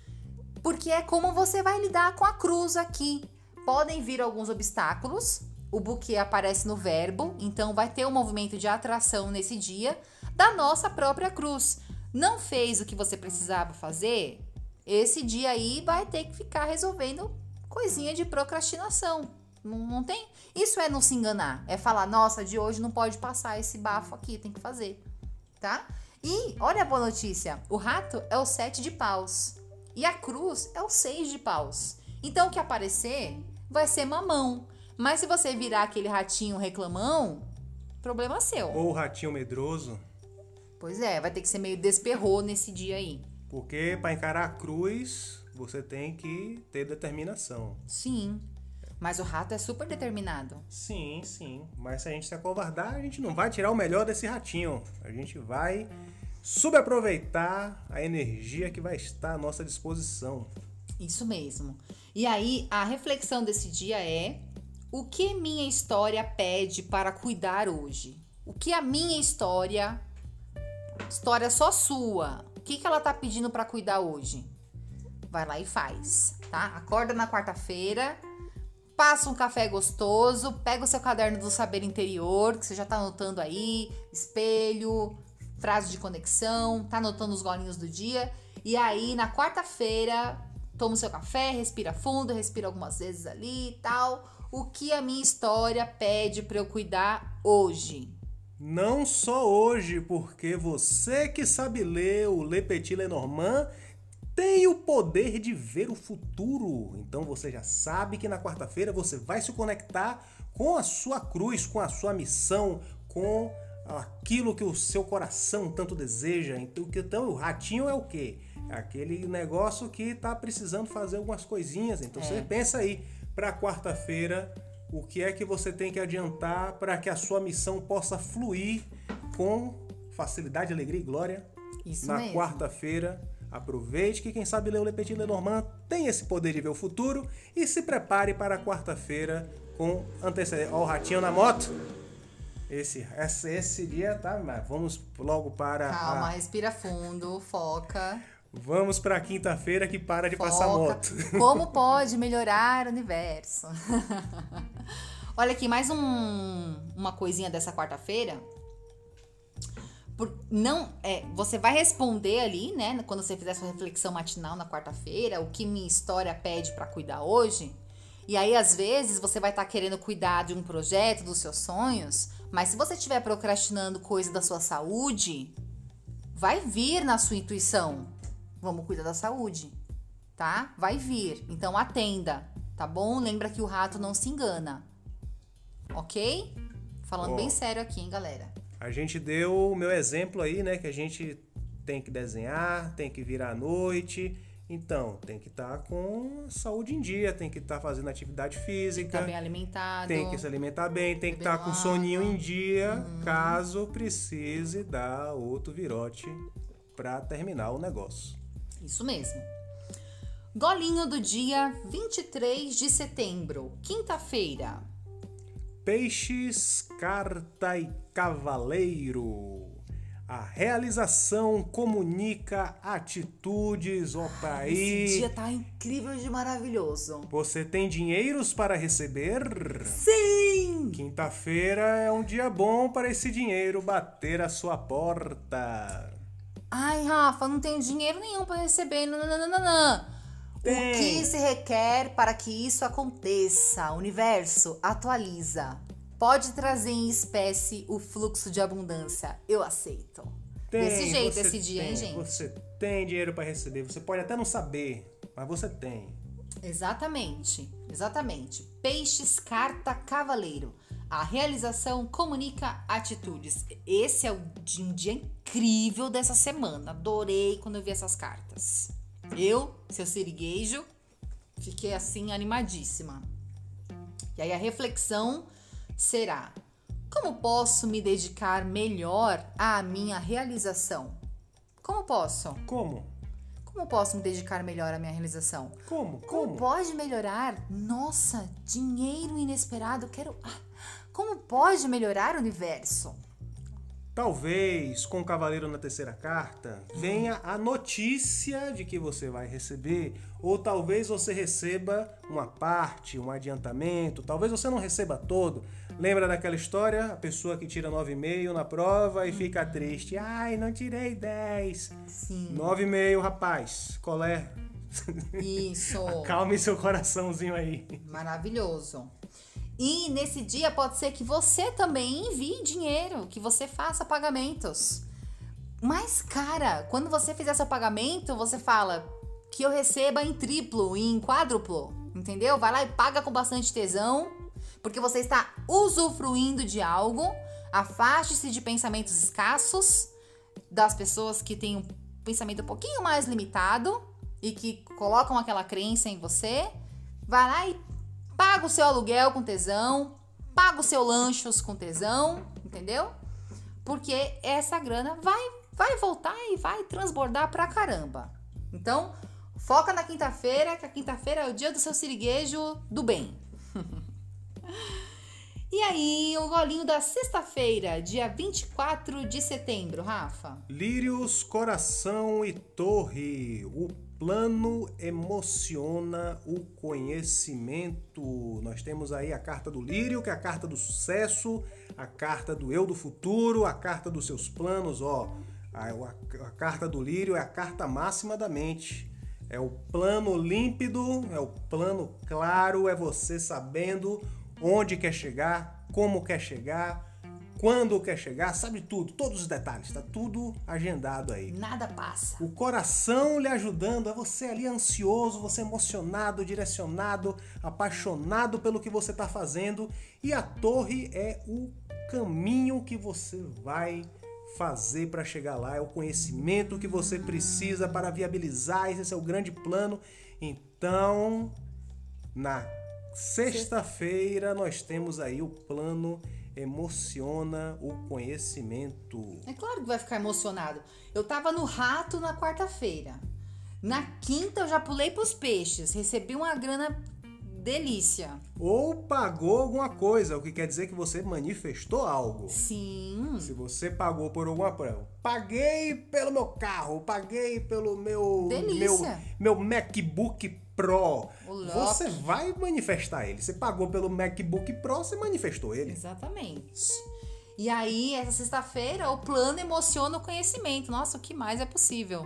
porque é como você vai lidar com a cruz aqui. Podem vir alguns obstáculos. O buquê aparece no verbo, então vai ter um movimento de atração nesse dia da nossa própria cruz. Não fez o que você precisava fazer? Esse dia aí vai ter que ficar resolvendo coisinha de procrastinação. Não, não tem? Isso é não se enganar. É falar, nossa, de hoje não pode passar esse bafo aqui, tem que fazer. Tá? E olha a boa notícia. O rato é o sete de paus. E a cruz é o seis de paus. Então o que aparecer vai ser mamão. Mas se você virar aquele ratinho reclamão, problema seu. Ou o ratinho medroso. Pois é, vai ter que ser meio desperrou nesse dia aí. Porque para encarar a cruz, você tem que ter determinação. Sim, mas o rato é super determinado. Sim, sim. Mas se a gente se acovardar, a gente não vai tirar o melhor desse ratinho. A gente vai subaproveitar a energia que vai estar à nossa disposição. Isso mesmo. E aí, a reflexão desse dia é: o que minha história pede para cuidar hoje? O que a minha história, história só sua, o que, que ela tá pedindo para cuidar hoje? Vai lá e faz, tá? Acorda na quarta-feira, passa um café gostoso, pega o seu caderno do saber interior, que você já tá anotando aí, espelho, frase de conexão, tá anotando os golinhos do dia. E aí, na quarta-feira, toma o seu café, respira fundo, respira algumas vezes ali e tal. O que a minha história pede para eu cuidar hoje? Não só hoje, porque você que sabe ler o Le Petit Lenormand tem o poder de ver o futuro. Então você já sabe que na quarta-feira você vai se conectar com a sua cruz, com a sua missão, com aquilo que o seu coração tanto deseja. Então o ratinho é o quê? É aquele negócio que tá precisando fazer algumas coisinhas. Então é. Você pensa aí, para quarta-feira, o que é que você tem que adiantar para que a sua missão possa fluir com facilidade, alegria e glória. Isso na mesmo. Quarta-feira. Aproveite que quem sabe ler o Le Petit Lenormand tem esse poder de ver o futuro e se prepare para a quarta-feira com antecedência. Ó, o ratinho na moto. Esse, esse, esse dia tá, mas vamos logo para Calma, a... respira fundo, foca. Vamos para quinta-feira que para de Foca. passar moto. Como pode melhorar o universo? Olha aqui, mais um, uma coisinha dessa quarta-feira. Por, não, é, você vai responder ali, né? Quando você fizer sua reflexão matinal na quarta-feira, o que minha história pede para cuidar hoje. E aí, às vezes, você vai estar tá querendo cuidar de um projeto, dos seus sonhos, mas se você estiver procrastinando coisa da sua saúde, vai vir na sua intuição. Vamos cuidar da saúde, tá? Vai vir. Então, atenda, tá bom? Lembra que o rato não se engana, ok? Falando oh. bem sério aqui, hein, galera? A gente deu o meu exemplo aí, né? Que a gente tem que desenhar, tem que virar à noite. Então, tem que estar tá com saúde em dia, tem que estar tá fazendo atividade física. Tá bem alimentado. Tem que se alimentar bem, tem que estar tá com soninho em dia, hum. caso precise dar outro virote para terminar o negócio. Isso mesmo. Golinho do dia vinte e três de setembro, quinta-feira. Peixes, carta e cavaleiro. A realização comunica atitudes, opa aí. Esse dia tá incrível de maravilhoso. Você tem dinheiros para receber? Sim! Quinta-feira é um dia bom para esse dinheiro bater a sua porta. Ai, Rafa, não tenho dinheiro nenhum para receber. Não, não, não, não, não. O que se requer para que isso aconteça? Universo, atualiza. Pode trazer em espécie o fluxo de abundância. Eu aceito. Tem, Desse jeito esse dia, tem, hein, gente? Você tem dinheiro para receber. Você pode até não saber, mas você tem. Exatamente, exatamente. Peixes, carta, cavaleiro. A realização comunica atitudes. Esse é um dia incrível dessa semana. Adorei quando eu vi essas cartas. Eu, seu siriguejo, fiquei assim animadíssima. E aí a reflexão será: como posso me dedicar melhor à minha realização? Como posso? Como? Como posso me dedicar melhor à minha realização? Como? Como, Como? pode melhorar? Nossa, dinheiro inesperado, quero... Como pode melhorar o universo? Talvez, com o cavaleiro na terceira carta, venha a notícia de que você vai receber, ou talvez você receba uma parte, um adiantamento, talvez você não receba todo. Lembra daquela história? A pessoa que tira nove vírgula cinco na prova e fica triste. Ai, não tirei dez. Sim. nove vírgula cinco, rapaz. Colé. Isso. Acalme seu coraçãozinho aí. Maravilhoso. E nesse dia pode ser que você também envie dinheiro, que você faça pagamentos. Mas, cara, quando você fizer seu pagamento, você fala que eu receba em triplo, em quádruplo, entendeu? Vai lá e paga com bastante tesão, porque você está usufruindo de algo. Afaste-se de pensamentos escassos, das pessoas que têm um pensamento um pouquinho mais limitado e que colocam aquela crença em você. Vai lá e paga o seu aluguel com tesão, paga o seu lanchos com tesão, entendeu? Porque essa grana vai, vai voltar e vai transbordar pra caramba. Então, foca na quinta-feira, que a quinta-feira é o dia do seu siriguejo do bem. E aí, o golinho da sexta-feira, dia vinte e quatro de setembro, Rafa? Lírios, coração e torre. O plano emociona o conhecimento. Nós temos aí a carta do lírio, que é a carta do sucesso, a carta do eu do futuro, a carta dos seus planos, ó. A, a, a carta do lírio é a carta máxima da mente. É o plano límpido, é o plano claro, é você sabendo onde quer chegar, como quer chegar, quando quer chegar, sabe tudo, todos os detalhes, tá tudo agendado aí. Nada passa. O coração lhe ajudando, é você ali ansioso, você emocionado, direcionado, apaixonado pelo que você tá fazendo. E a torre é o caminho que você vai fazer para chegar lá, é o conhecimento que você precisa para viabilizar esse seu grande plano. Então, na sexta-feira nós temos aí o plano emociona o conhecimento. É claro que vai ficar emocionado. Eu tava no rato na quarta-feira. Na quinta eu já pulei pros peixes. Recebi uma grana delícia. Ou pagou alguma coisa, o que quer dizer que você manifestou algo. Sim. Se você pagou por alguma coisa, paguei pelo meu carro, paguei pelo meu Delícia. meu, meu MacBook Pro. O Loki. Você vai manifestar ele. Você pagou pelo MacBook Pro, você manifestou ele. Exatamente. E aí, essa sexta-feira, o plano emociona o conhecimento. Nossa, o que mais é possível?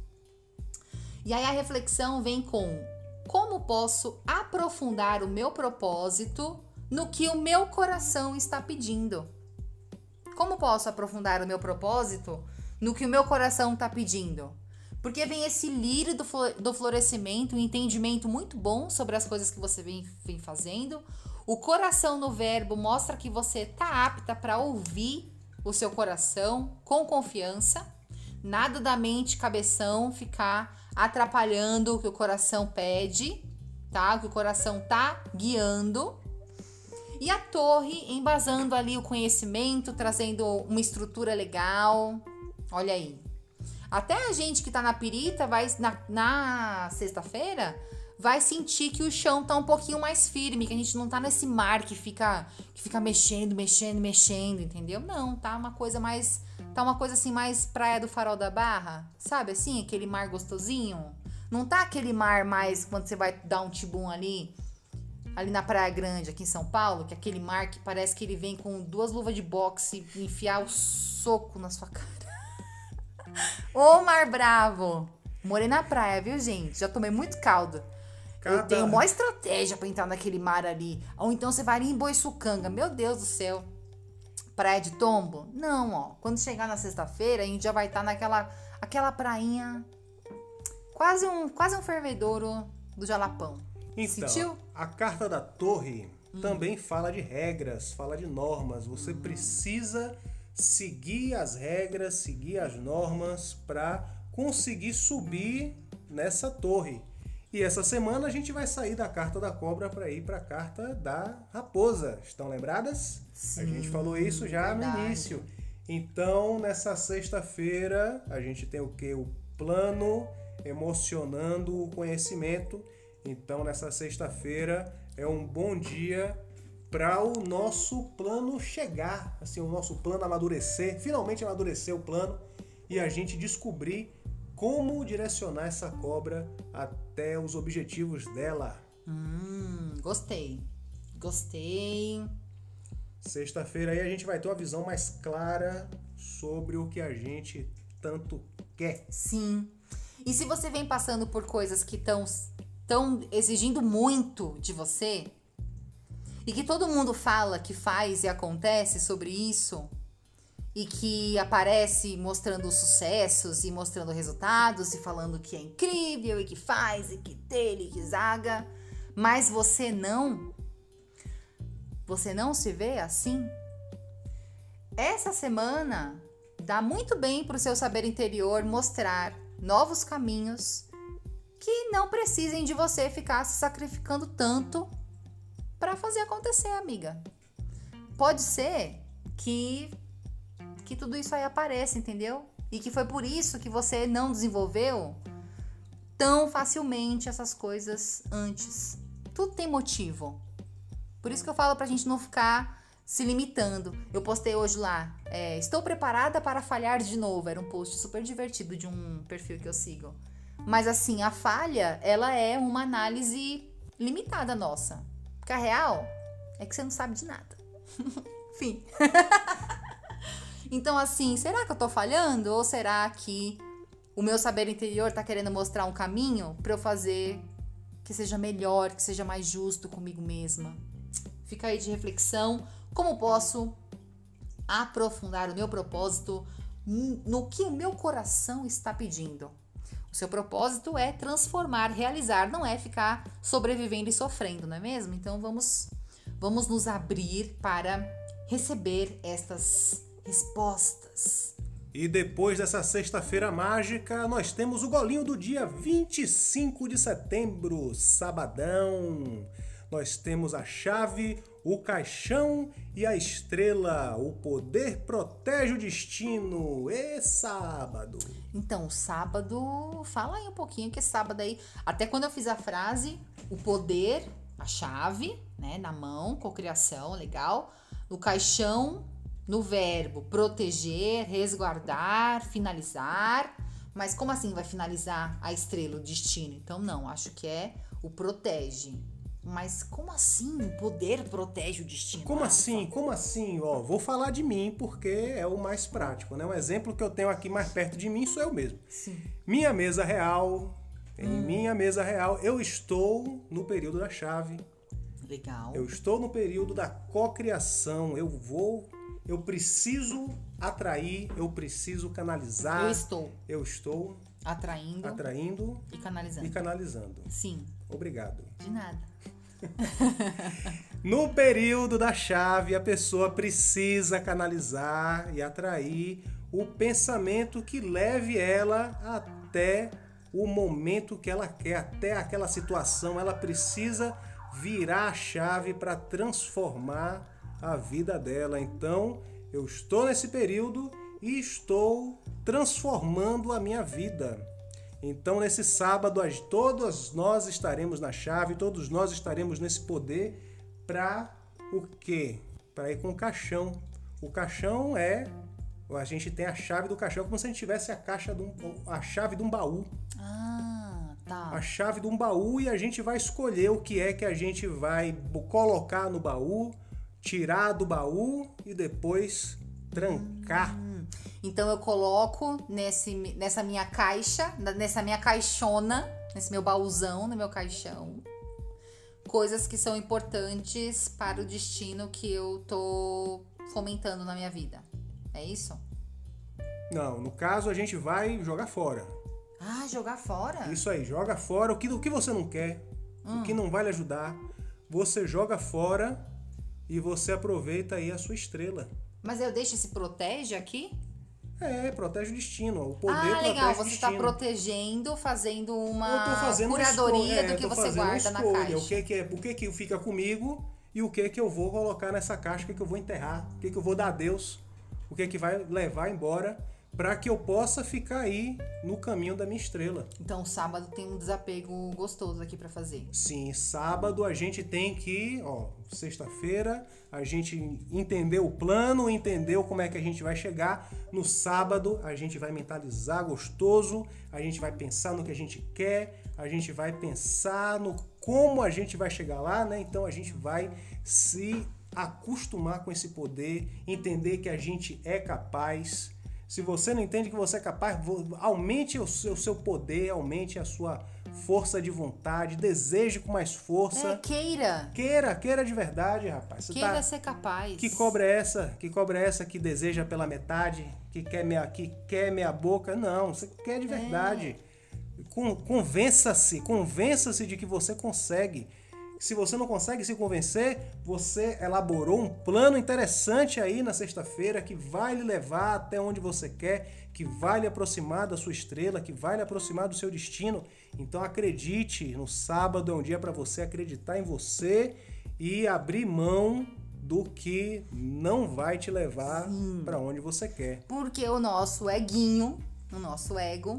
E aí a reflexão vem com: como posso aprofundar o meu propósito no que o meu coração está pedindo? Como posso aprofundar o meu propósito no que o meu coração está pedindo? Porque vem esse lírio do, do florescimento, um entendimento muito bom sobre as coisas que você vem, vem fazendo. O coração no verbo mostra que você está apta para ouvir o seu coração com confiança. Nada da mente, cabeção, ficar atrapalhando o que o coração pede, tá? O que o coração tá guiando. E a torre embasando ali o conhecimento, trazendo uma estrutura legal. Olha aí. Até a gente que tá na pirita, vai na, na sexta-feira, vai sentir que o chão tá um pouquinho mais firme, que a gente não tá nesse mar que fica, que fica mexendo, mexendo, mexendo, entendeu? Não, tá uma coisa mais... Tá uma coisa assim, mais praia do Farol da Barra, sabe assim? Aquele mar gostosinho. Não tá aquele mar mais quando você vai dar um tibum ali, ali na Praia Grande, aqui em São Paulo, que é aquele mar que parece que ele vem com duas luvas de boxe e enfiar o soco na sua cara. Ô mar bravo! Morei na praia, viu, gente? Já tomei muito caldo. Cada... Eu tenho uma estratégia pra entrar naquele mar ali. Ou então você vai ali em Boiçucanga. Meu Deus do céu. Praia de Tombo? Não, ó. Quando chegar na sexta-feira, a gente já vai estar tá naquela aquela prainha, quase um, quase um fervedouro do Jalapão. Então, sentiu? A carta da torre hum. também fala de regras, fala de normas. Você hum. precisa seguir as regras, seguir as normas para conseguir subir nessa torre. E essa semana a gente vai sair da carta da cobra para ir para a carta da raposa. Estão lembradas? Sim, a gente falou isso já verdade. no início. Então, nessa sexta-feira, a gente tem o quê? O plano emocionando o conhecimento. Então, nessa sexta-feira é um bom dia para o nosso plano chegar, assim, o nosso plano amadurecer, finalmente amadurecer o plano e a gente descobrir como direcionar essa cobra até os objetivos dela. Hum, gostei. Gostei. Sexta-feira aí a gente vai ter uma visão mais clara sobre o que a gente tanto quer. Sim. E se você vem passando por coisas que estão tão exigindo muito de você, e que todo mundo fala que faz e acontece sobre isso, e que aparece mostrando sucessos e mostrando resultados e falando que é incrível e que faz e que tem e que zaga, mas você não, você não se vê assim? Essa semana dá muito bem para o seu saber interior mostrar novos caminhos que não precisem de você ficar se sacrificando tanto para fazer acontecer, amiga. Pode ser que que tudo isso aí apareça, entendeu? E que foi por isso que você não desenvolveu tão facilmente essas coisas antes. Tudo tem motivo. Por isso que eu falo pra gente não ficar se limitando. Eu postei hoje lá, é, estou preparada para falhar de novo. Era um post super divertido de um perfil que eu sigo. Mas assim, a falha, ela é uma análise limitada nossa. Porque a real é que você não sabe de nada. Enfim. Então, assim, será que eu tô falhando? Ou será que o meu saber interior tá querendo mostrar um caminho pra eu fazer que seja melhor, que seja mais justo comigo mesma? Fica aí de reflexão. Como posso aprofundar o meu propósito no que o meu coração está pedindo? O seu propósito é transformar, realizar, não é ficar sobrevivendo e sofrendo, não é mesmo? Então, vamos, vamos nos abrir para receber estas respostas. E depois dessa sexta-feira mágica, nós temos o golinho do dia vinte e cinco de setembro, sabadão. Nós temos a chave, o caixão e a estrela. O poder protege o destino. E sábado. Então, sábado, fala aí um pouquinho que sábado aí, até quando eu fiz a frase, o poder a chave, né, na mão, cocriação, legal. No caixão, no verbo proteger, resguardar, finalizar. Mas como assim vai finalizar a estrela, o destino? Então não, acho que é o protege. Mas como assim o poder protege o destino? Como Ah, assim? Como assim? Ó, vou falar de mim porque é o mais prático, né? Um exemplo que eu tenho aqui mais perto de mim sou eu mesmo. Sim. Minha mesa real, em hum. minha mesa real, eu estou no período da chave. Legal. Eu estou no período da cocriação. Eu vou, eu preciso atrair, eu preciso canalizar. Eu estou. Eu estou atraindo, atraindo e canalizando. E canalizando. Sim. Obrigado. De nada. No período da chave, a pessoa precisa canalizar e atrair o pensamento que leve ela até o momento que ela quer, até aquela situação. Ela precisa virar a chave para transformar a vida dela. Então, eu estou nesse período e estou transformando a minha vida. Então, nesse sábado, todos nós estaremos na chave, todos nós estaremos nesse poder para o quê? Para ir com o caixão. O caixão é... A gente tem a chave do caixão como se a gente tivesse a, caixa de um, a chave de um baú. Ah, tá. A chave de um baú e a gente vai escolher o que é que a gente vai colocar no baú, tirar do baú e depois trancar. Hum. Então eu coloco nesse, nessa minha caixa, nessa minha caixona, nesse meu baúzão, no meu caixão, coisas que são importantes para o destino que eu tô fomentando na minha vida. É isso? Não, no caso a gente vai jogar fora. Ah, jogar fora? Isso aí, joga fora o que, o que você não quer, hum. o que não vai lhe ajudar. Você joga fora e você aproveita aí a sua estrela. Mas eu deixo esse protege aqui? É, protege o destino. O poder ah, legal. protege Você está protegendo, fazendo uma fazendo curadoria é, do que você guarda na caixa. O que que, é, o que que fica comigo e o que que eu vou colocar nessa caixa, o que que eu vou enterrar, o que que eu vou dar a Deus, o que que vai levar embora para que eu possa ficar aí no caminho da minha estrela. Então, sábado tem um desapego gostoso aqui para fazer. Sim, sábado a gente tem que, ó, sexta-feira, a gente entendeu o plano, entendeu como é que a gente vai chegar. No sábado, a gente vai mentalizar gostoso, a gente vai pensar no que a gente quer, a gente vai pensar no como a gente vai chegar lá, né? Então, a gente vai se acostumar com esse poder, entender que a gente é capaz. Se você não entende que você é capaz, aumente o seu, o seu poder, aumente a sua força de vontade, deseje com mais força. É, queira. Queira, queira de verdade, rapaz. Você queira tá... ser capaz. Que cobra é essa? Que cobra é essa que deseja pela metade? Que quer meia, que quer meia boca? Não, você quer de verdade. É. Con, convença-se, convença-se de que você consegue. Se você não consegue se convencer, você elaborou um plano interessante aí na sexta-feira que vai lhe levar até onde você quer, que vai lhe aproximar da sua estrela, que vai lhe aproximar do seu destino. Então acredite, no sábado é um dia para você acreditar em você e abrir mão do que não vai te levar para onde você quer. Porque o nosso eguinho, o nosso ego,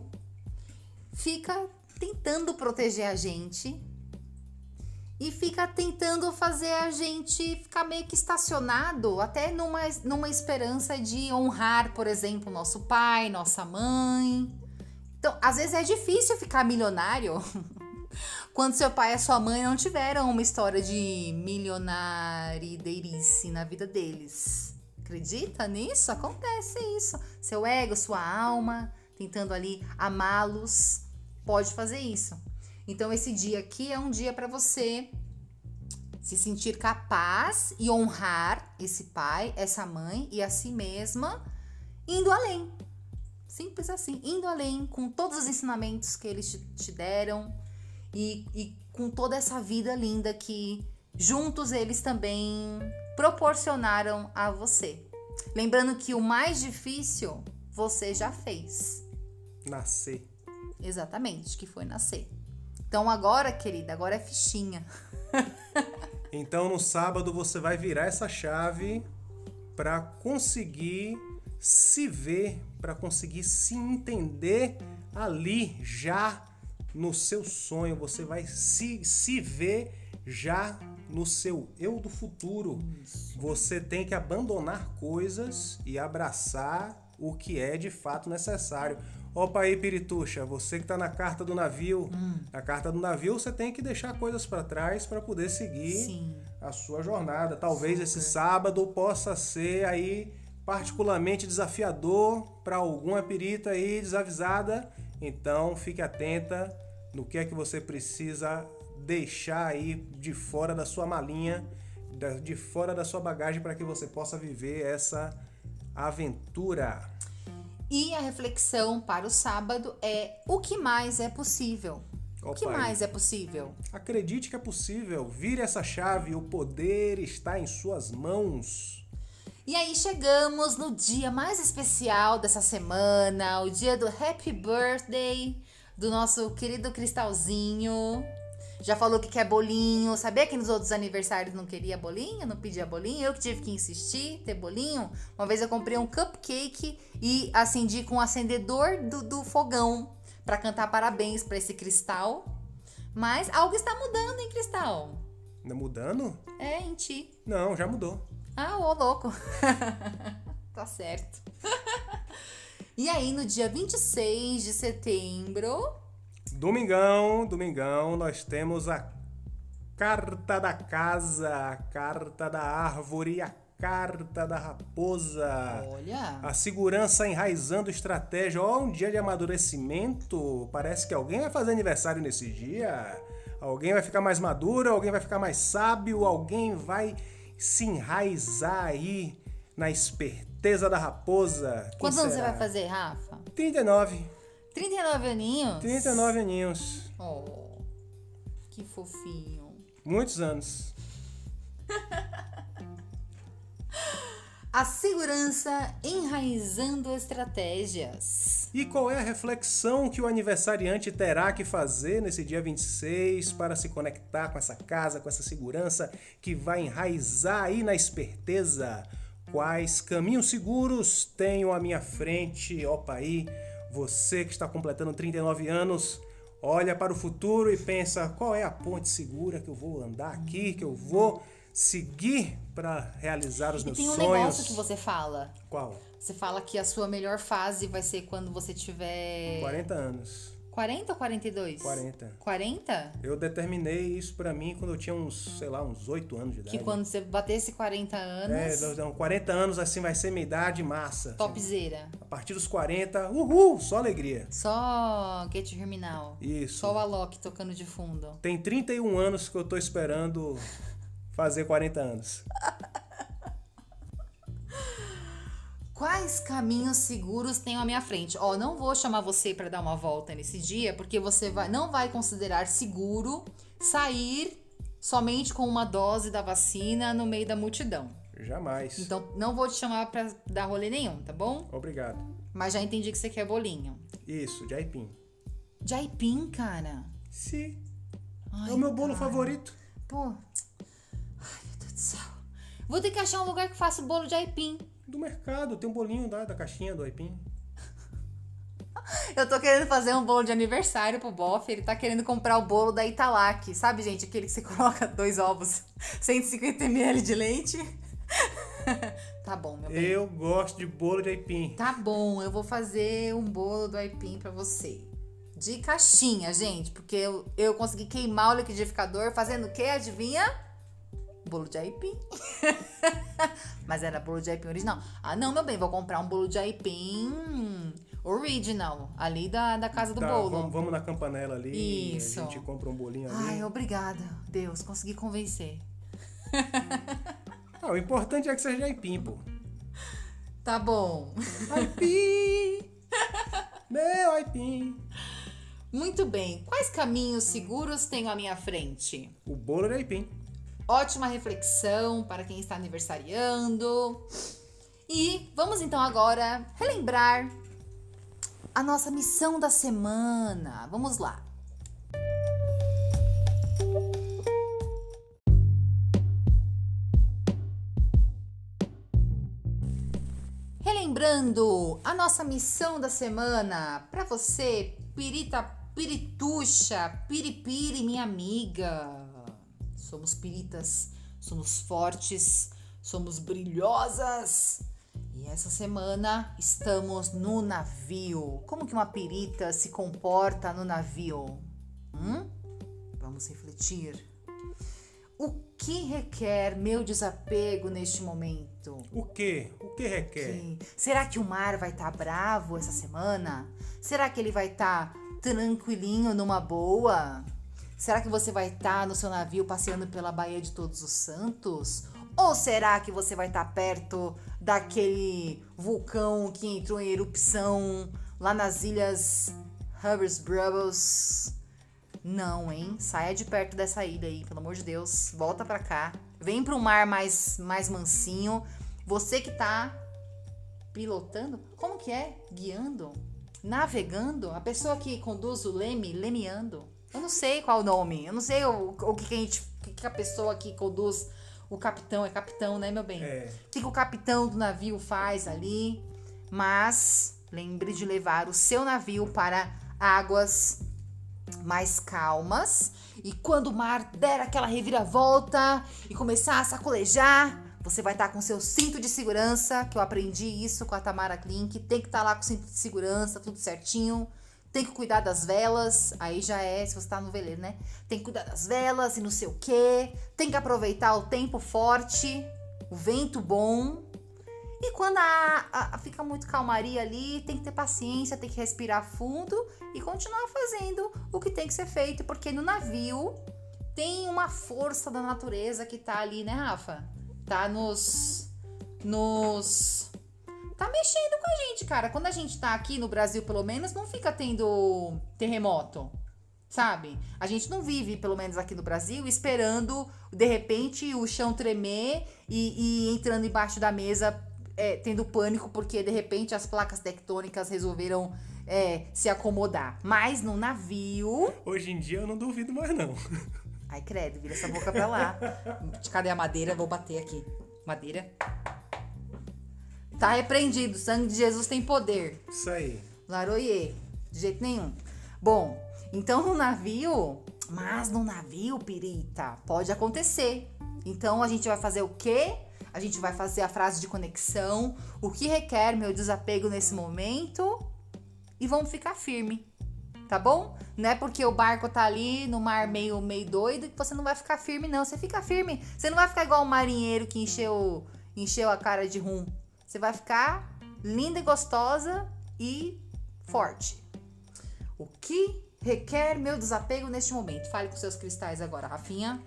fica tentando proteger a gente e fica tentando fazer a gente ficar meio que estacionado, até numa, numa esperança de honrar, por exemplo, nosso pai, nossa mãe. Então, às vezes é difícil ficar milionário quando seu pai e sua mãe não tiveram uma história de milionarideirice na vida deles. Acredita nisso? Acontece isso. Seu ego, sua alma, tentando ali amá-los, pode fazer isso. Então, esse dia aqui é um dia para você se sentir capaz e honrar esse pai, essa mãe e a si mesma, indo além. Simples assim, indo além com todos os ensinamentos que eles te, te deram e, e com toda essa vida linda que juntos eles também proporcionaram a você. Lembrando que o mais difícil você já fez. Nascer. Exatamente, que foi nascer. Então agora, querida, agora é fichinha. Então no sábado você vai virar essa chave para conseguir se ver, para conseguir se entender ali já no seu sonho. Você vai se, se ver já no seu eu do futuro. Isso. Você tem que abandonar coisas e abraçar o que é de fato necessário. Opa aí, Pirituxa, você que está na carta do navio. Hum. Na carta do navio você tem que deixar coisas para trás para poder seguir Sim. a sua jornada. Talvez Super. esse sábado possa ser aí particularmente desafiador para alguma pirita aí desavisada. Então fique atenta no que é que você precisa deixar aí de fora da sua malinha, de fora da sua bagagem, para que você possa viver essa aventura. E a reflexão para o sábado é: o que mais é possível? Opa, o que mais é possível? Acredite que é possível. Vire essa chave, o poder está em suas mãos. E aí chegamos no dia mais especial dessa semana, o dia do Happy Birthday do nosso querido Cristalzinho. Já falou que quer bolinho. Sabia que nos outros aniversários não queria bolinho? Não pedia bolinho? Eu que tive que insistir, ter bolinho. Uma vez eu comprei um cupcake e acendi com o acendedor do, do fogão pra cantar parabéns pra esse Cristal. Mas algo está mudando, hein, Cristal? Tá mudando? É, em ti. Não, já mudou. Ah, ô, louco. Tá certo. E aí, no dia vinte e seis de setembro... Domingão, domingão, nós temos a carta da casa, a carta da árvore, a carta da raposa. Olha! A segurança enraizando estratégia. Ó, um dia de amadurecimento. Parece que alguém vai fazer aniversário nesse dia. Alguém vai ficar mais maduro, alguém vai ficar mais sábio, alguém vai se enraizar aí na esperteza da raposa. Quem Quantos anos você será? vai fazer, Rafa? trinta e nove. trinta e nove aninhos? trinta e nove aninhos. Oh, que fofinho. Muitos anos. A segurança enraizando estratégias. E qual é a reflexão que o aniversariante terá que fazer nesse dia vinte e seis para se conectar com essa casa, com essa segurança que vai enraizar aí na esperteza? Quais caminhos seguros tenho à minha frente? Opa aí, você que está completando trinta e nove anos, olha para o futuro e pensa: qual é a ponte segura que eu vou andar aqui, que eu vou seguir para realizar os meus sonhos? E tem um sonhos. negócio que você fala. Qual? Você fala que a sua melhor fase vai ser quando você tiver... quarenta anos. quarenta ou quarenta e dois? quarenta. quarenta? Eu determinei isso pra mim quando eu tinha uns, sei lá, uns oito anos de idade. Que quando você batesse quarenta anos... É, não, quarenta anos assim vai ser minha idade massa. Topzera. Assim. A partir dos quarenta, uhul, só alegria. Só Get Your Me Now. Isso. Só o Alok tocando de fundo. Tem trinta e um anos que eu tô esperando fazer quarenta anos. Quais caminhos seguros tenho à minha frente? Ó, não vou chamar você para dar uma volta nesse dia, porque você vai, não vai considerar seguro sair somente com uma dose da vacina no meio da multidão. Jamais. Então, não vou te chamar para dar rolê nenhum, tá bom? Obrigado. Mas já entendi que você quer bolinho. Isso, de aipim. De aipim, cara? Sim. Ai, é o meu bolo cara. favorito. Pô. Ai, meu Deus do céu. Vou ter que achar um lugar que faça bolo de aipim. Do mercado, tem um bolinho da, da caixinha do aipim. Eu tô querendo fazer um bolo de aniversário pro Boff. Ele tá querendo comprar o bolo da Italac. Sabe, gente? Aquele que você coloca dois ovos, cento e cinquenta mililitros de leite. Tá bom, meu bem. Eu gosto de bolo de aipim. Tá bom, eu vou fazer um bolo do aipim pra você. De caixinha, gente. Porque eu, eu consegui queimar o liquidificador fazendo o quê? Adivinha? Bolo de aipim. Mas era bolo de aipim original. Ah, não, meu bem, vou comprar um bolo de aipim original, ali da, da casa do tá, bolo. Vamos, vamos na Campanella ali. Isso. A gente compra um bolinho ali. Ai, obrigada. Deus, consegui convencer. Ah, o importante é que seja de aipim, pô. Tá bom. Aipim! Meu aipim! Muito bem. Quais caminhos seguros tenho à minha frente? O bolo de aipim. Ótima reflexão para quem está aniversariando. E vamos então agora relembrar a nossa missão da semana. Vamos lá. Relembrando a nossa missão da semana para você, pirita, pirituxa, piripiri, minha amiga. somos piritas, somos fortes, somos brilhosas. E essa semana estamos no navio. Como que uma pirita se comporta no navio? Hum? Vamos refletir. O que requer meu desapego neste momento? O que? O que requer? Que... Será que o mar vai estar tá bravo essa semana? Será que ele vai estar tá tranquilinho, numa boa? Será que você vai estar tá no seu navio passeando pela Baía de Todos os Santos? Ou será que você vai estar tá perto daquele vulcão que entrou em erupção lá nas ilhas Hubbers Brubbles? Não, hein? Saia de perto dessa ilha aí, pelo amor de Deus. Volta pra cá. Vem pra um mar mais, mais mansinho. Você que tá pilotando, como que é? Guiando? Navegando? A pessoa que conduz o leme, lemeando. Eu não sei qual o nome. Eu não sei o, o que, que, a gente, o que a pessoa que conduz o capitão, é capitão, né, meu bem? É. O que, que o capitão do navio faz ali. Mas lembre de levar o seu navio para águas mais calmas, e quando o mar der aquela reviravolta e começar a sacolejar, você vai estar com seu cinto de segurança, que eu aprendi isso com a Tamara Klink. Tem que estar lá com o cinto de segurança, tudo certinho. Tem que cuidar das velas, aí já é, se você tá no veleiro, né? Tem que cuidar das velas e não sei o quê. Tem que aproveitar o tempo forte, o vento bom. E quando a, a, fica muito calmaria ali, tem que ter paciência, tem que respirar fundo e continuar fazendo o que tem que ser feito. Porque no navio tem uma força da natureza que tá ali, né, Rafa? Tá nos... nos... Tá mexendo com a gente, cara. Quando a gente tá aqui no Brasil, pelo menos, não fica tendo terremoto, sabe? A gente não vive, pelo menos aqui no Brasil, esperando, de repente, o chão tremer e, e entrando embaixo da mesa... É, tendo pânico porque de repente as placas tectônicas resolveram é, se acomodar. Mas no navio... Hoje em dia eu não duvido mais não. Ai, credo, vira essa boca pra lá. Cadê a madeira? Vou bater aqui. Madeira. Tá repreendido. O sangue de Jesus tem poder. Isso aí. Laroie. De jeito nenhum. Bom, então no navio... Mas no navio, pirita, pode acontecer. Então a gente vai fazer o quê? A gente vai fazer a frase de conexão, o que requer meu desapego nesse momento, e vamos ficar firme, tá bom? Não é porque o barco tá ali no mar meio, meio doido que você não vai ficar firme, não. Você fica firme, você não vai ficar igual o marinheiro que encheu, encheu a cara de rum. Você vai ficar linda e gostosa e forte. O que requer meu desapego neste momento? Fale com seus cristais agora, Rafinha.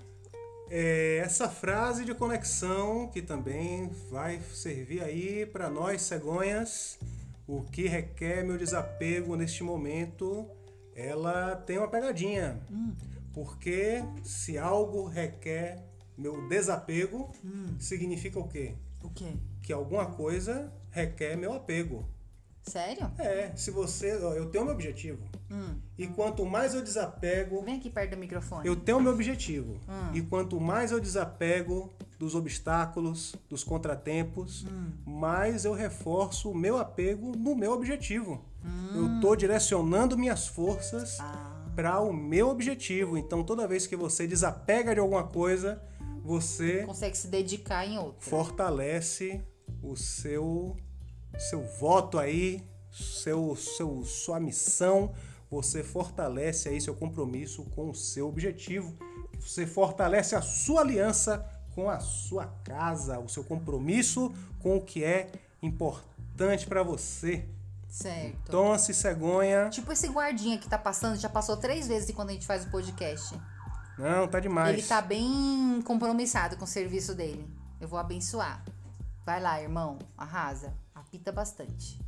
É essa frase de conexão que também vai servir aí para nós cegonhas. O que requer meu desapego neste momento, ela tem uma pegadinha. Hum. Porque se algo requer meu desapego, hum. significa o quê? O quê? Que alguma coisa requer meu apego. Sério? É, se você... Eu tenho meu objetivo. Hum. E quanto mais eu desapego... Vem aqui perto do microfone. Eu tenho meu objetivo. Hum. E quanto mais eu desapego dos obstáculos, dos contratempos, hum. mais eu reforço o meu apego no meu objetivo. Hum. Eu tô direcionando minhas forças ah. para o meu objetivo. Então, toda vez que você desapega de alguma coisa, você... consegue se dedicar em outra. Fortalece o seu... seu voto aí, seu, seu, sua missão, você fortalece aí seu compromisso com o seu objetivo, você fortalece a sua aliança com a sua casa, o seu compromisso com o que é importante para você. Certo. Então, se cegonha... Tipo esse guardinha que tá passando, já passou três vezes quando a gente faz o podcast. Não, tá demais. Ele tá bem compromissado com o serviço dele. Eu vou abençoar. Vai lá, irmão, arrasa. Apita bastante.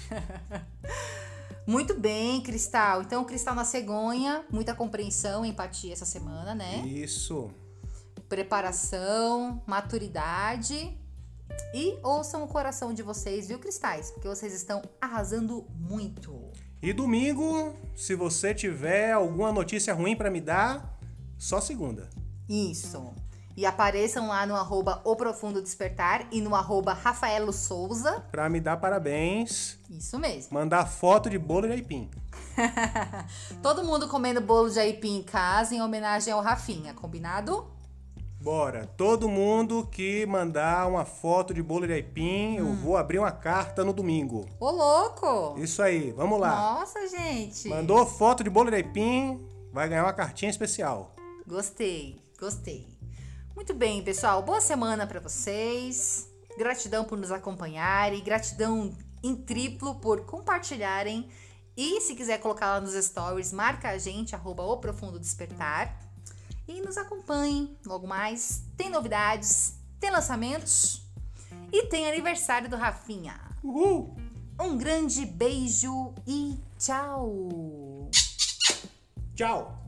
Muito bem, Cristal. Então, Cristal na cegonha, muita compreensão, empatia essa semana, né? Isso. Preparação, maturidade. E ouçam o coração de vocês, viu, Cristais? Porque vocês estão arrasando muito. E domingo, se você tiver alguma notícia ruim pra me dar, só segunda. Isso. E apareçam lá no arroba O Profundo Despertar e no arroba Rafaelo Souza. Pra me dar parabéns. Isso mesmo. Mandar foto de bolo de aipim. Todo mundo comendo bolo de aipim em casa em homenagem ao Rafinha, combinado? Bora. Todo mundo que mandar uma foto de bolo de aipim, hum. eu vou abrir uma carta no domingo. Ô, louco! Isso aí, vamos lá. Nossa, gente. Mandou foto de bolo de aipim, vai ganhar uma cartinha especial. Gostei, gostei. Muito bem, pessoal. Boa semana pra vocês. Gratidão por nos acompanharem. Gratidão em triplo por compartilharem. E se quiser colocar lá nos stories, marca a gente, arroba o Profundo Despertar. E nos acompanhem logo mais. Tem novidades, tem lançamentos e tem aniversário do Rafinha. Uhul! Um grande beijo e tchau! Tchau!